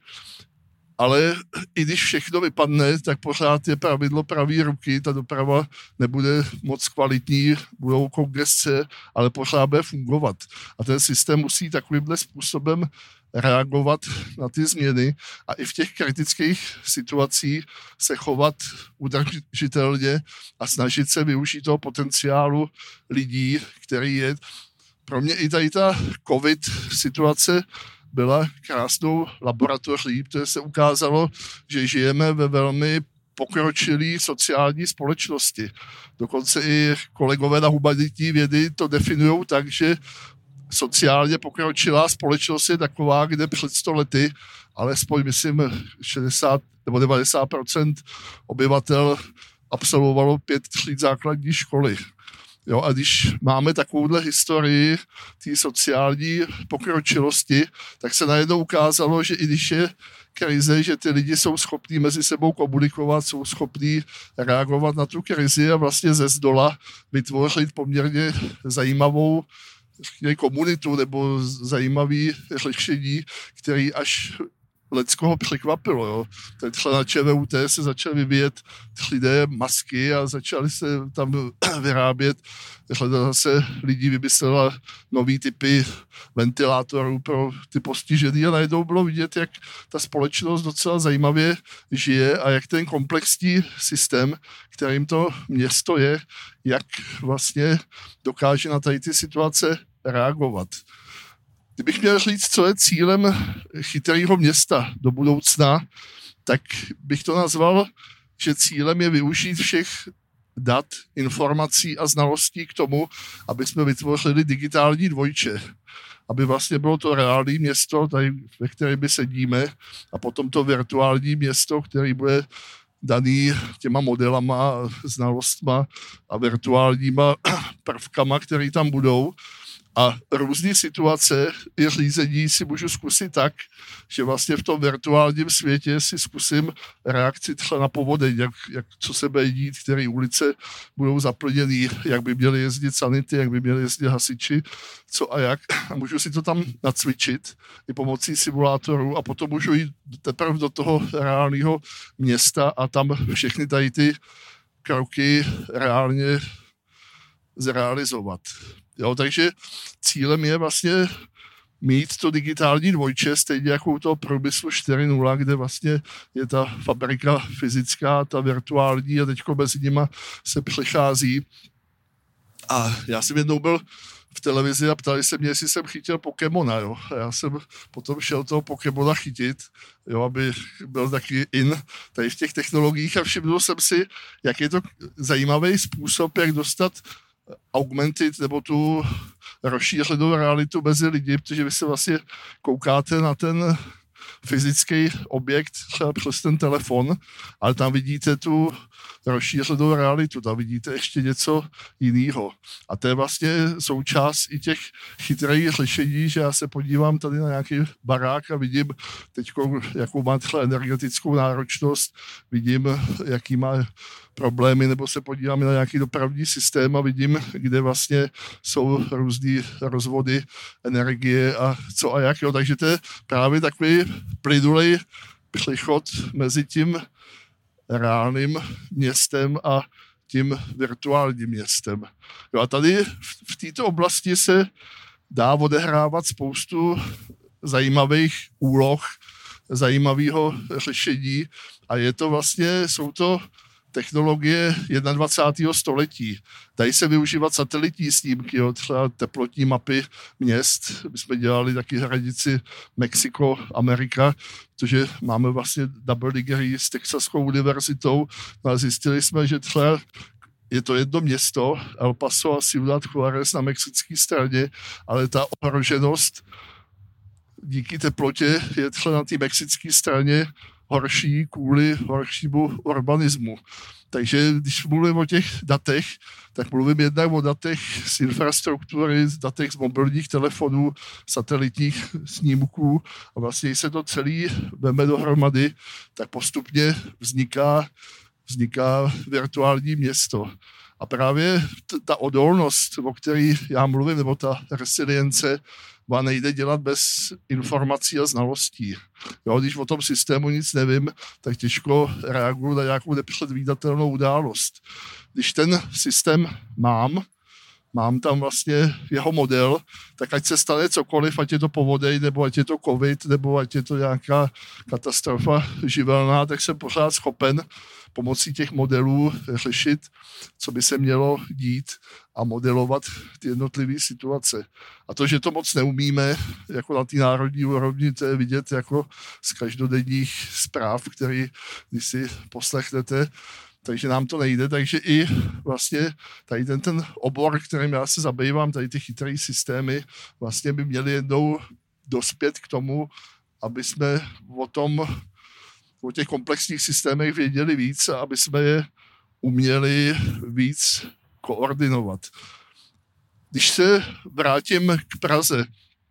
Speaker 12: Ale i když všechno vypadne, tak pořád je pravidlo pravý ruky, ta doprava nebude moc kvalitní, budou kongresce, ale pořád bude fungovat. A ten systém musí takovýmhle způsobem reagovat na ty změny a i v těch kritických situacích se chovat udržitelně a snažit se využít toho potenciálu lidí, který je. Pro mě i tady ta covid situace byla krásnou laboratoří, protože se ukázalo, že žijeme ve velmi pokročilé sociální společnosti. Dokonce i kolegové na humanitní vědy to definují tak, že sociálně pokročilá společnost je taková, kde před sto lety alespoň, myslím, šedesát nebo devadesát procent obyvatel absolvovalo pět tříd základní školy. Jo, a když máme takovouhle historii té sociální pokročilosti, tak se najednou ukázalo, že i když je krize, že ty lidi jsou schopní mezi sebou komunikovat, jsou schopní reagovat na tu krizi a vlastně ze zdola vytvořit poměrně zajímavou komunitu nebo zajímavý řešení, který až leckoho překvapilo. Jo. Třeba na ČVUT se začaly vyvíjet tři dé masky a začaly se tam vyrábět. Zase lidi vymyslela nový typy ventilátorů pro ty postižený a najednou bylo vidět, jak ta společnost docela zajímavě žije a jak ten komplexní systém, kterým to město je, jak vlastně dokáže na tady ty situace reagovat. Kdybych měl říct, co je cílem chytrého města do budoucna, tak bych to nazval, že cílem je využít všech dat, informací a znalostí k tomu, aby jsme vytvořili digitální dvojče. Aby vlastně bylo to reálné město, tady, ve kterém my sedíme, a potom to virtuální město, který bude daný těma modelama, znalostma a virtuálníma prvkama, které tam budou. A různé situace i řízení si můžu zkusit tak, že vlastně v tom virtuálním světě si zkusím reakci třeba na povodeň, jak, jak, co se bude dít, které ulice budou zaplněné, jak by měly jezdit sanity, jak by měly jezdit hasiči, co a jak. A můžu si to tam nacvičit i pomocí simulátorů a potom můžu jít teprve do toho reálného města a tam všechny tady ty kroky reálně zrealizovat. Jo, takže cílem je vlastně mít to digitální dvojče, stejně jako u toho průmyslu čtyři nula, kde vlastně je ta fabrika fyzická, ta virtuální a teďko mezi nima se přechází. A já jsem jednou byl v televizi a ptali se mě, jestli jsem chytil Pokémona. Jo. A já jsem potom šel toho Pokémona chytit, jo, aby byl taky in tady v těch technologiích a všimnul jsem si, jak je to zajímavý způsob, jak dostat augmented nebo tu rozšířenou realitu mezi lidi, protože vy se vlastně koukáte na ten fyzický objekt třeba přes ten telefon, ale tam vidíte tu rozšířenou realitu, tam vidíte ještě něco jiného. A to je vlastně součást i těch chytrých řešení, že já se podívám tady na nějaký barák a vidím teď, jakou má třeba energetickou náročnost, vidím, jaký má problémy, nebo se podívám na nějaký dopravní systém a vidím, kde vlastně jsou různý rozvody energie a co a jak. Jo. Takže to je právě takový plynulej přechod mezi tím reálným městem a tím virtuálním městem. Jo, a tady v, v této oblasti se dá odehrávat spoustu zajímavých úloh, zajímavého řešení a je to vlastně, jsou to technologie dvacátého prvního století. Dají se využívat satelitní snímky, jo, třeba teplotní mapy měst. My jsme dělali taky hranici Mexiko-Amerika, protože máme vlastně double degree s Texaskou univerzitou. No a zjistili jsme, že třeba je to jedno město, El Paso a Ciudad Juárez na mexické straně, ale ta ohroženost díky teplotě je třeba na té mexické straně horší kvůli horšímu urbanismu. Takže když mluvím o těch datech, tak mluvím jednak o datech z infrastruktury, z datech z mobilních telefonů, satelitních snímků a vlastně, když se to celé veme dohromady, tak postupně vzniká, vzniká virtuální město. A právě t- ta odolnost, o které já mluvím, nebo ta resilience, má nejde dělat bez informací a znalostí. Jo, když o tom systému nic nevím, tak těžko reaguju na nějakou nepředvídatelnou událost. Když ten systém mám, mám tam vlastně jeho model, tak ať se stane cokoliv, ať je to povodej, nebo ať je to covid, nebo ať je to nějaká katastrofa živelná, tak jsem pořád schopen pomocí těch modelů řešit, co by se mělo dít a modelovat ty jednotlivé situace. A to, že to moc neumíme, jako na té národní úrovni, to je vidět jako z každodenních zpráv, který když si poslechnete, takže nám to nejde, takže i vlastně tady ten, ten obor, kterým já se zabývám, tady ty chytré systémy, vlastně by měly jednou dospět k tomu, aby jsme o tom, o těch komplexních systémech věděli víc a aby jsme je uměli víc koordinovat. Když se vrátím k Praze,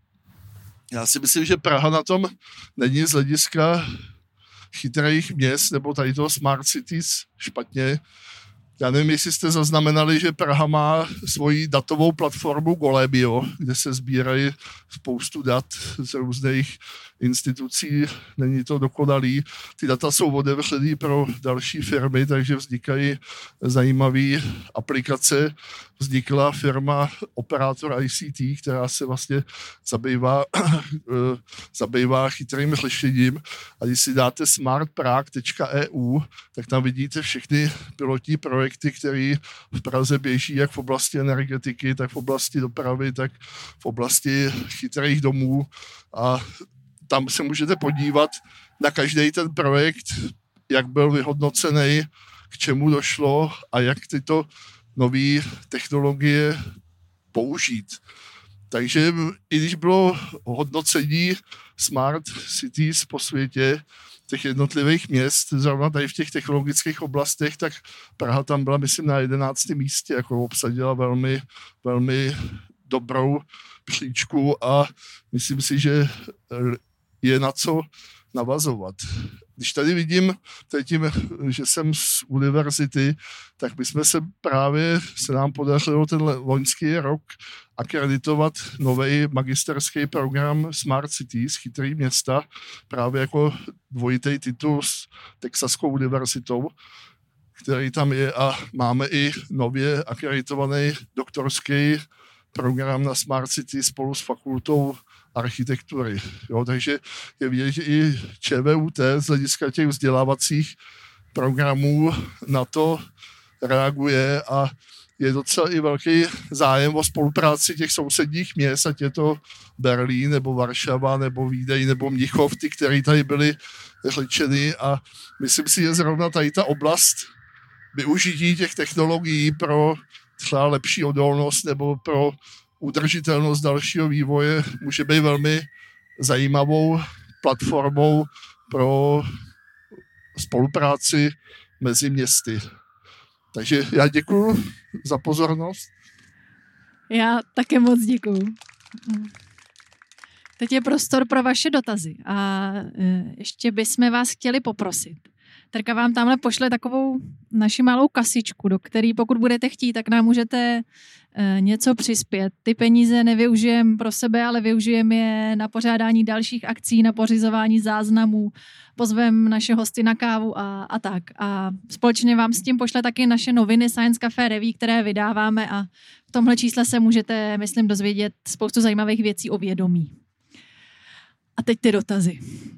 Speaker 12: já si myslím, že Praha na tom není z hlediska chytrých měst nebo tady toho Smart Cities špatně. Já nevím, jestli jste zaznamenali, že Praha má svoji datovou platformu Golebio, kde se sbírají spoustu dat z různých institucí. Není to dokonalý. Ty data jsou otevřený pro další firmy, takže vznikají zajímavé aplikace. Vznikla firma Operátor I C T, která se vlastně zabývá, zabývá chytrým řešením. A když si dáte smart prague tečka e u, tak tam vidíte všechny pilotní projekty, které v Praze běží jak v oblasti energetiky, tak v oblasti dopravy, tak v oblasti chytrých domů. A tam se můžete podívat na každý ten projekt, jak byl vyhodnocený, k čemu došlo a jak tyto nové technologie použít. Takže i když bylo hodnocení Smart Cities po světě, těch jednotlivých měst, zrovna tady v těch technologických oblastech, tak Praha tam byla, myslím, na jedenáctém místě, jako obsadila velmi, velmi dobrou příčku a myslím si, že je na co navazovat. Když tady vidím, tady tím, že jsem z univerzity, tak my jsme se právě, se nám podařilo ten loňský rok akreditovat nový magisterský program Smart Cities, chytrý města, právě jako dvojitý titul s Texaskou univerzitou, který tam je a máme i nově akreditovaný doktorský program na Smart City spolu s fakultou architektury. Jo, takže je vidět, že i ČVUT z hlediska těch vzdělávacích programů na to reaguje a je docela i velký zájem o spolupráci těch sousedních měst, ať je to Berlín, nebo Varšava, nebo Vídeň, nebo Mnichov, ty, které tady byly řečeny a myslím si, že zrovna tady ta oblast využití těch technologií pro třeba lepší odolnost nebo pro udržitelnost dalšího vývoje může být velmi zajímavou platformou pro spolupráci mezi městy. Takže já děkuji za pozornost.
Speaker 2: Já také moc děkuji. Teď je prostor pro vaše dotazy a ještě bychom vás chtěli poprosit. Terka vám tamhle pošle takovou naši malou kasičku, do které pokud budete chtít, tak nám můžete e, něco přispět. Ty peníze nevyužijeme pro sebe, ale využijeme je na pořádání dalších akcí, na pořizování záznamů, pozveme naše hosty na kávu a, a tak. A společně vám s tím pošle taky naše noviny Science Café Revue, které vydáváme a v tomhle čísle se můžete, myslím, dozvědět spoustu zajímavých věcí o vědomí. A teď ty dotazy.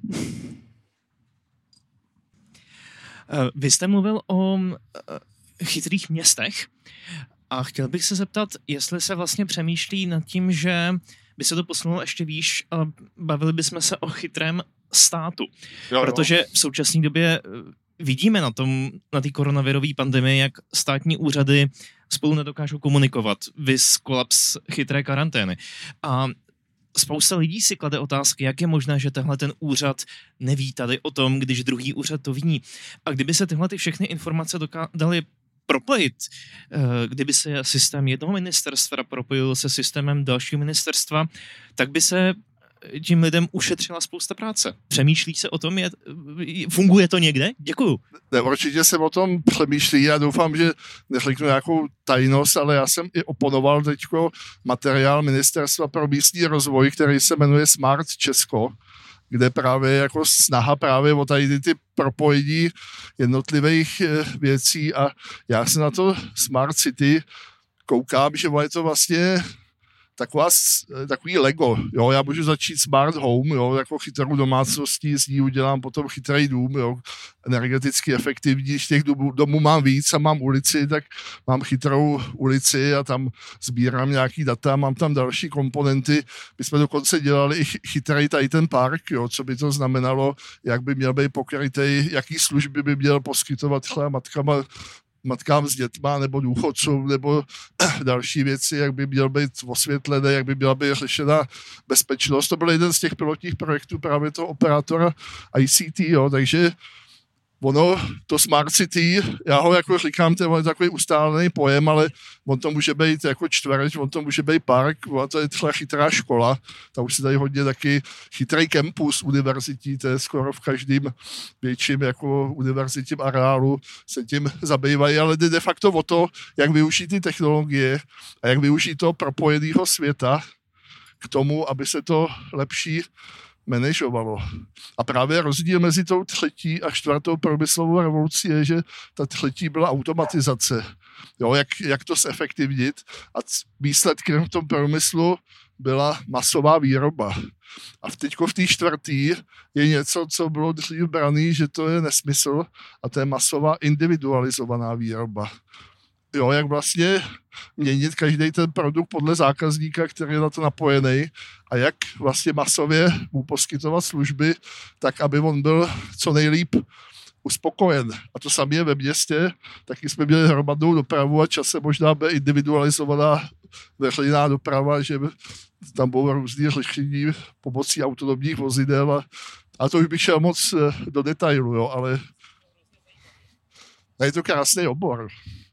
Speaker 9: Vy jste mluvil o chytrých městech a chtěl bych se zeptat, jestli se vlastně přemýšlí nad tím, že by se to posunulo ještě výš a bavili bychom se o chytrém státu. Jo, protože jo. V současné době vidíme na tom, na té koronavirové pandemii, jak státní úřady spolu nedokážou komunikovat, viz kolaps chytré karantény. A spousta lidí si klade otázky, jak je možné, že tenhle ten úřad neví tady o tom, když druhý úřad to ví. A kdyby se tyhle ty všechny informace dokádaly propojit, kdyby se systém jednoho ministerstva propojil se systémem dalšího ministerstva, tak by se tím lidem ušetřila spousta práce. Přemýšlí se o tom, je, funguje to někde? Děkuju.
Speaker 12: Ne, určitě se o tom přemýšlí. Já doufám, že neřeknu nějakou tajnost, ale já jsem i oponoval teďko materiál Ministerstva pro místní rozvoj, který se jmenuje Smart Česko, kde právě jako snaha právě o tady ty propojení jednotlivých věcí a já se na to Smart City koukám, že je to vlastně taková, takový Lego, jo, já můžu začít smart home, jo, jako chytrou domácností, z ní udělám potom chytrý dům, jo, energeticky efektivní, když těch domů, domů mám víc a mám ulici, tak mám chytrou ulici a tam sbírám nějaký data, mám tam další komponenty, my jsme dokonce dělali i chytrý tady ten park, jo, co by to znamenalo, jak by měl být pokrytej, jaký služby by měl poskytovat chlá matkama, matkám s dětma nebo důchodcům nebo další věci, jak by měl být osvětlené, jak by měla být řešena bezpečnost. To byl jeden z těch pilotních projektů právě toho operátora I C T, jo, takže ono, to Smart City, já ho jako říkám, to je takový ustálený pojem, ale on to může být jako čtvereč, on to může být park, a to je třeba chytrá škola, tam už se tady hodně taky chytrý campus univerzitní, to je skoro v každém větším jako univerzitním areálu se tím zabývají, ale jde de facto o to, jak využít ty technologie a jak využít toho propojeného světa k tomu, aby se to lepší manažovalo. A právě rozdíl mezi tou třetí a čtvrtou průmyslovou revolucí je, že ta třetí byla automatizace. Jo, jak, jak to zefektivnit a výsledkem v tom průmyslu byla masová výroba. A teďko v té čtvrtý je něco, co bylo dřív braný, že to je nesmysl a to je masová individualizovaná výroba. Jo, jak vlastně měnit každý ten produkt podle zákazníka, který je na to napojený a jak vlastně masově mu poskytovat služby, tak aby on byl co nejlíp uspokojen. A to samé je ve městě, taky jsme měli hromadnou dopravu a časem možná bude individualizovaná veřejná doprava, že tam budou různý řešení pomocí autonomních vozidel a, a to už bych šel moc do detailu, jo, ale je to krásný obor.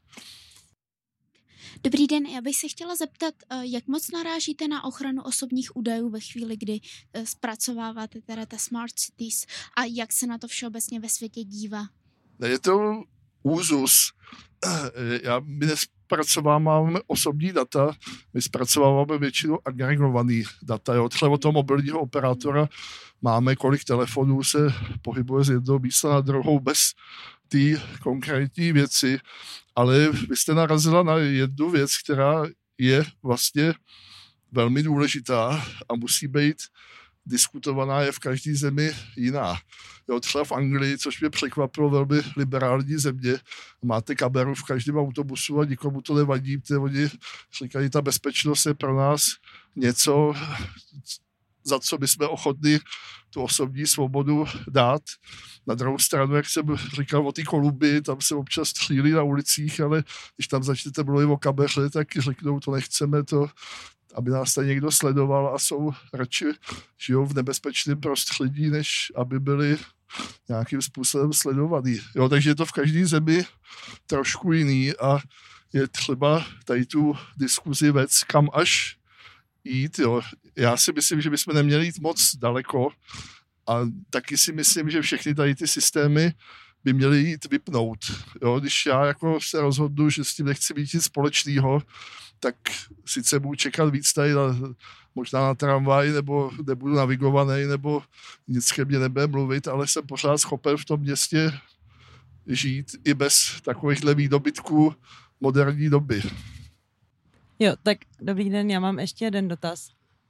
Speaker 5: Dobrý den, já bych se chtěla zeptat, jak moc narážíte na ochranu osobních údajů ve chvíli, kdy zpracováváte teda ta Smart Cities a jak se na to všeobecně ve světě dívá?
Speaker 12: Je to úzus. Já, my nespracováváme osobní data, my zpracováváme většinou agregovaný data. Jo. Třeba od toho mobilního operátora máme, kolik telefonů se pohybuje z jednoho místa na druhou bez ty konkrétní věci, ale vy jste narazila na jednu věc, která je vlastně velmi důležitá a musí být diskutovaná, je v každé zemi jiná. Jo, třeba v Anglii, což mě překvapilo, velmi liberální země, máte kameru v každém autobusu a nikomu to nevadí, protože oni říkají, ta bezpečnost je pro nás něco, za co bychom ochotni tu osobní svobodu dát. Na druhou stranu, jak jsem říkal o té Kolumbii, tam se občas střílí na ulicích, ale když tam začnete mluvit o kameře, tak řeknou, to nechceme, to, aby nás tady někdo sledoval a jsou radši, žijou v nebezpečném prostředí, než aby byli nějakým způsobem sledovaný. Jo, takže je to v každé zemi trošku jiný a je třeba tady tu diskuzi vést, kam až jít. Jo. Já si myslím, že bychom neměli jít moc daleko a taky si myslím, že všechny tady ty systémy by měly jít vypnout. Jo. Když já jako se rozhodnu, že s tím nechci mít nic společného, tak sice budu čekat víc tady na, možná na tramvaj, nebo nebudu navigovaný, nebo nic ke mně nebude mluvit, ale jsem pořád schopen v tom městě žít i bez takovýchhle výdobytků moderní doby.
Speaker 7: Jo, tak dobrý den, já mám ještě jeden dotaz.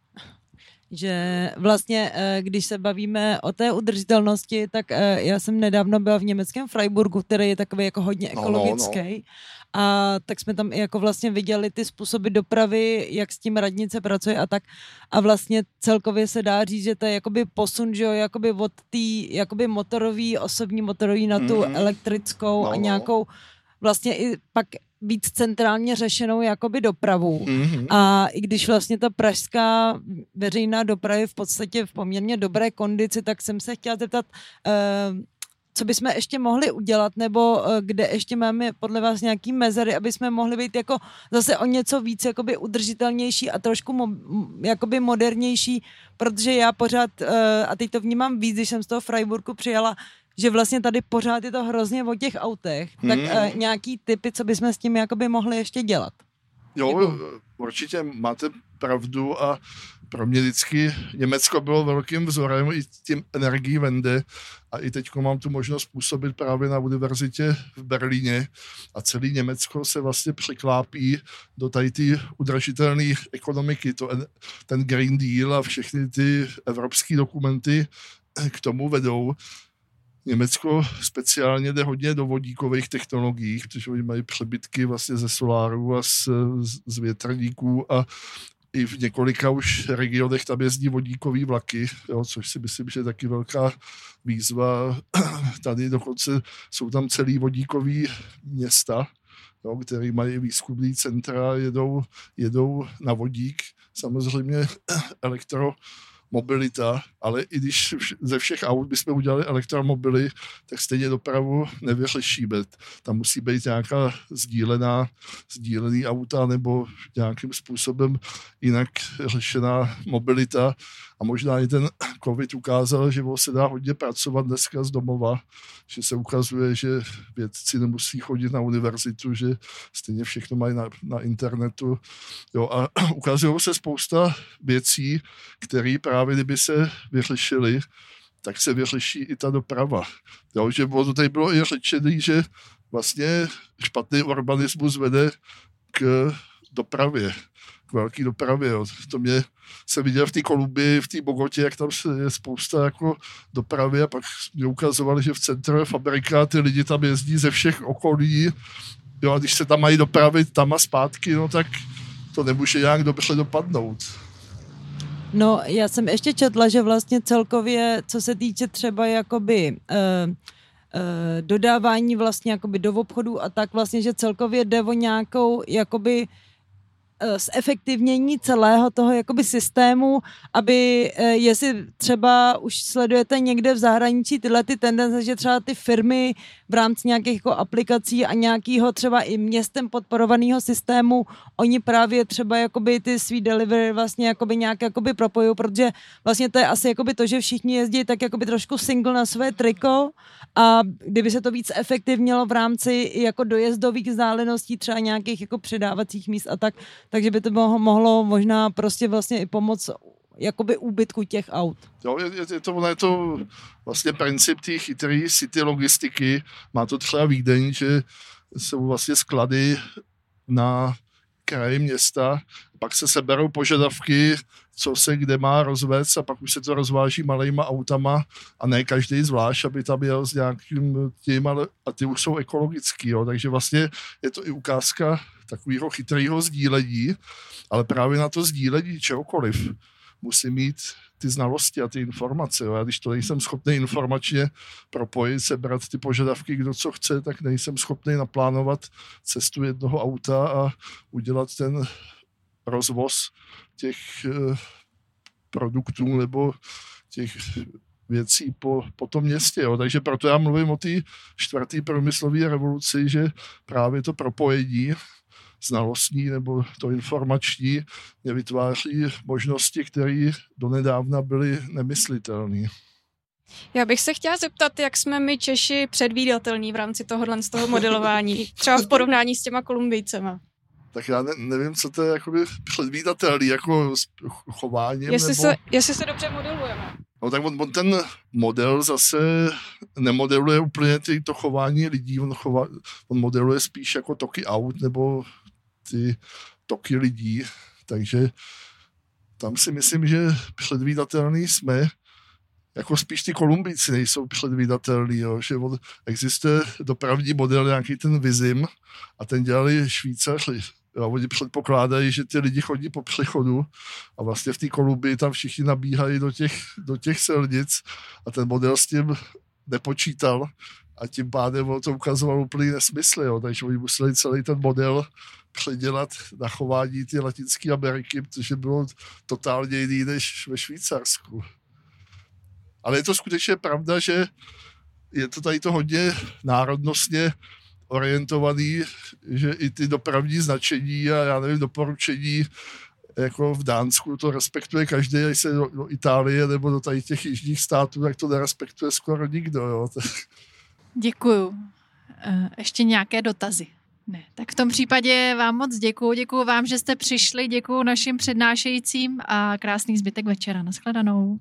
Speaker 7: Že vlastně, když se bavíme o té udržitelnosti, tak já jsem nedávno byla v německém Freiburgu, který je takový jako hodně ekologický. No, no, no. A tak jsme tam i jako vlastně viděli ty způsoby dopravy, jak s tím radnice pracuje a tak. A vlastně celkově se dá říct, že to je jakoby posun, že jo, jakoby od té jakoby motorový, osobní motorový na tu mm. elektrickou no, a nějakou vlastně i pak víc centrálně řešenou jakoby dopravu.
Speaker 12: Mm-hmm.
Speaker 7: A i když vlastně ta pražská veřejná doprava je v podstatě v poměrně dobré kondici, tak jsem se chtěla zeptat, uh, co bychom ještě mohli udělat, nebo uh, kde ještě máme podle vás nějaký mezery, aby jsme mohli být jako zase o něco víc jakoby udržitelnější a trošku mo- jakoby modernější, protože já pořád, uh, a teď to vnímám víc, když jsem z toho Freiburgu přijela, že vlastně tady pořád je to hrozně o těch autech, hmm. tak uh, nějaký typy, co bychom s tím jakoby mohli ještě dělat?
Speaker 12: Jo, určitě máte pravdu a pro mě vždycky Německo bylo velkým vzorem i tím Energiewende a i teď mám tu možnost působit právě na univerzitě v Berlíně a celý Německo se vlastně přiklápí do tady ty udržitelné ekonomiky, to, ten Green Deal a všechny ty evropské dokumenty k tomu vedou. Německo speciálně jde hodně do vodíkových technologií, protože oni mají přebytky vlastně ze soláru a z, z větrníků a i v několika už regionech tam jezdí vodíkový vlaky, jo, což si myslím, že je taky velká výzva. Tady dokonce jsou tam celý vodíkový města, jo, které mají výzkumný centra, jedou, jedou na vodík. Samozřejmě elektro mobilita, ale i když ze všech aut bychom udělali elektromobily, tak stejně dopravu nevyřešíme. Tam musí být nějaká sdílená, sdílený auta nebo nějakým způsobem jinak řešená mobilita. A možná i ten covid ukázal, že se dá hodně pracovat dneska z domova, že se ukazuje, že vědci nemusí chodit na univerzitu, že stejně všechno mají na, na internetu. Jo, a ukazují se spousta věcí, které právě kdyby se vyřešily, tak se vyřeší i ta doprava. Jo, že to tady bylo i řečený, že vlastně špatný urbanismus vede k dopravě, k velké dopravě. Jo. To mě se viděl v té Kolumbii, v té Bogotě, jak tam je spousta jako dopravy a pak mě ukazovali, že v centru je fabrika, ty lidi tam jezdí ze všech okolí. Jo, a když se tam mají dopravit tam a zpátky, no tak to nemůže nějak dobře dopadnout.
Speaker 7: No, já jsem ještě četla, že vlastně celkově, co se týče třeba jakoby uh, uh, dodávání vlastně jakoby do obchodu a tak vlastně, že celkově jde o nějakou jakoby zefektivnění celého toho jakoby systému, aby jestli třeba už sledujete někde v zahraničí tyhle ty tendence, že třeba ty firmy v rámci nějakých jako aplikací a nějakého třeba i městem podporovaného systému, oni právě třeba jakoby ty svý delivery vlastně jakoby nějak jakoby propojují, protože vlastně to je asi jakoby to, že všichni jezdí tak jakoby trošku single na své triko a kdyby se to víc efektivnilo v rámci jako dojezdových vzdáleností třeba nějakých jako předávacích míst a tak, takže by to mohlo možná prostě vlastně i pomoct jakoby úbytku těch aut.
Speaker 12: Jo, je, je, to, je to vlastně princip té chytré city logistiky. Má to třeba Vídeň, že jsou vlastně sklady na kraji města, pak se seberou požadavky, co se kde má rozvést a pak už se to rozváží malejma autama a ne každý zvlášť, aby tam jel s nějakým tím, ale a ty už jsou ekologický, jo. Takže vlastně je to i ukázka takového chytrého sdílení, ale právě na to sdílení čehokoliv musí mít ty znalosti a ty informace. Jo. Já když to nejsem schopný informačně propojit, sebrat ty požadavky, kdo co chce, tak nejsem schopný naplánovat cestu jednoho auta a udělat ten rozvoz těch eh, produktů nebo těch věcí po, po tom městě. Jo. Takže proto já mluvím o té čtvrté průmyslové revoluci, že právě to propojení znalostní nebo to informační vytváří možnosti, které donedávna byly nemyslitelné.
Speaker 10: Já bych se chtěla zeptat, jak jsme my Češi předvídatelní v rámci tohohle z toho modelování, třeba v porovnání s těma Kolumbijcema.
Speaker 12: Tak já ne, nevím, co to je jakoby předvídatelný, jako s chováním.
Speaker 10: Jestli,
Speaker 12: nebo...
Speaker 10: se, jestli se dobře modelujeme.
Speaker 12: No tak on, on ten model zase nemodeluje úplně ty, to chování lidí, on, chová, on modeluje spíš jako toky aut nebo ty toky lidí, takže tam si myslím, že předvídatelný jsme, jako spíš ty Kolumbijci nejsou předvídatelný, jo, že on, existuje dopravní model, nějaký ten Vizim a ten dělali Švýcaři. Jo, oni předpokládají, že ty lidi chodí po přechodu a vlastně v té Kolumbii tam všichni nabíhají do těch, do těch silnic a ten model s tím nepočítal, a tím pádem on to ukazoval úplný nesmysl, jo. Takže oni museli celý ten model předělat na chování ty Latinské Ameriky, protože bylo totálně jiný než ve Švýcarsku. Ale je to skutečně pravda, že je to tady to hodně národnostně orientovaný, že i ty dopravní značení a já nevím, doporučení jako v Dánsku to respektuje každý, až se do, do Itálie nebo do tady těch jižních států, tak to nerespektuje skoro nikdo. Jo.
Speaker 2: Děkuju. Ještě nějaké dotazy? Ne. Tak v tom případě vám moc děkuju. Děkuju vám, že jste přišli, děkuju našim přednášejícím a krásný zbytek večera. Naschledanou.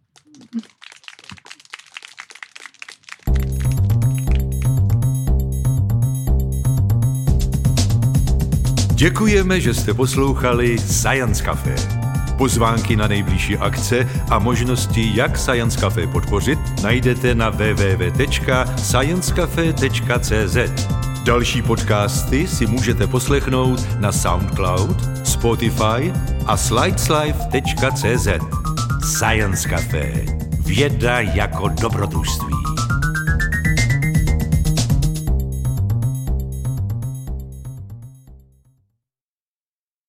Speaker 1: Děkujeme, že jste poslouchali Science Café. Pozvánky na nejbližší akce a možnosti, jak Science Café podpořit, najdete na w w w tečka science cafe tečka c z. Další podcasty si můžete poslechnout na SoundCloud, Spotify a slideslife tečka c z. Science Café. Věda jako dobrodružství.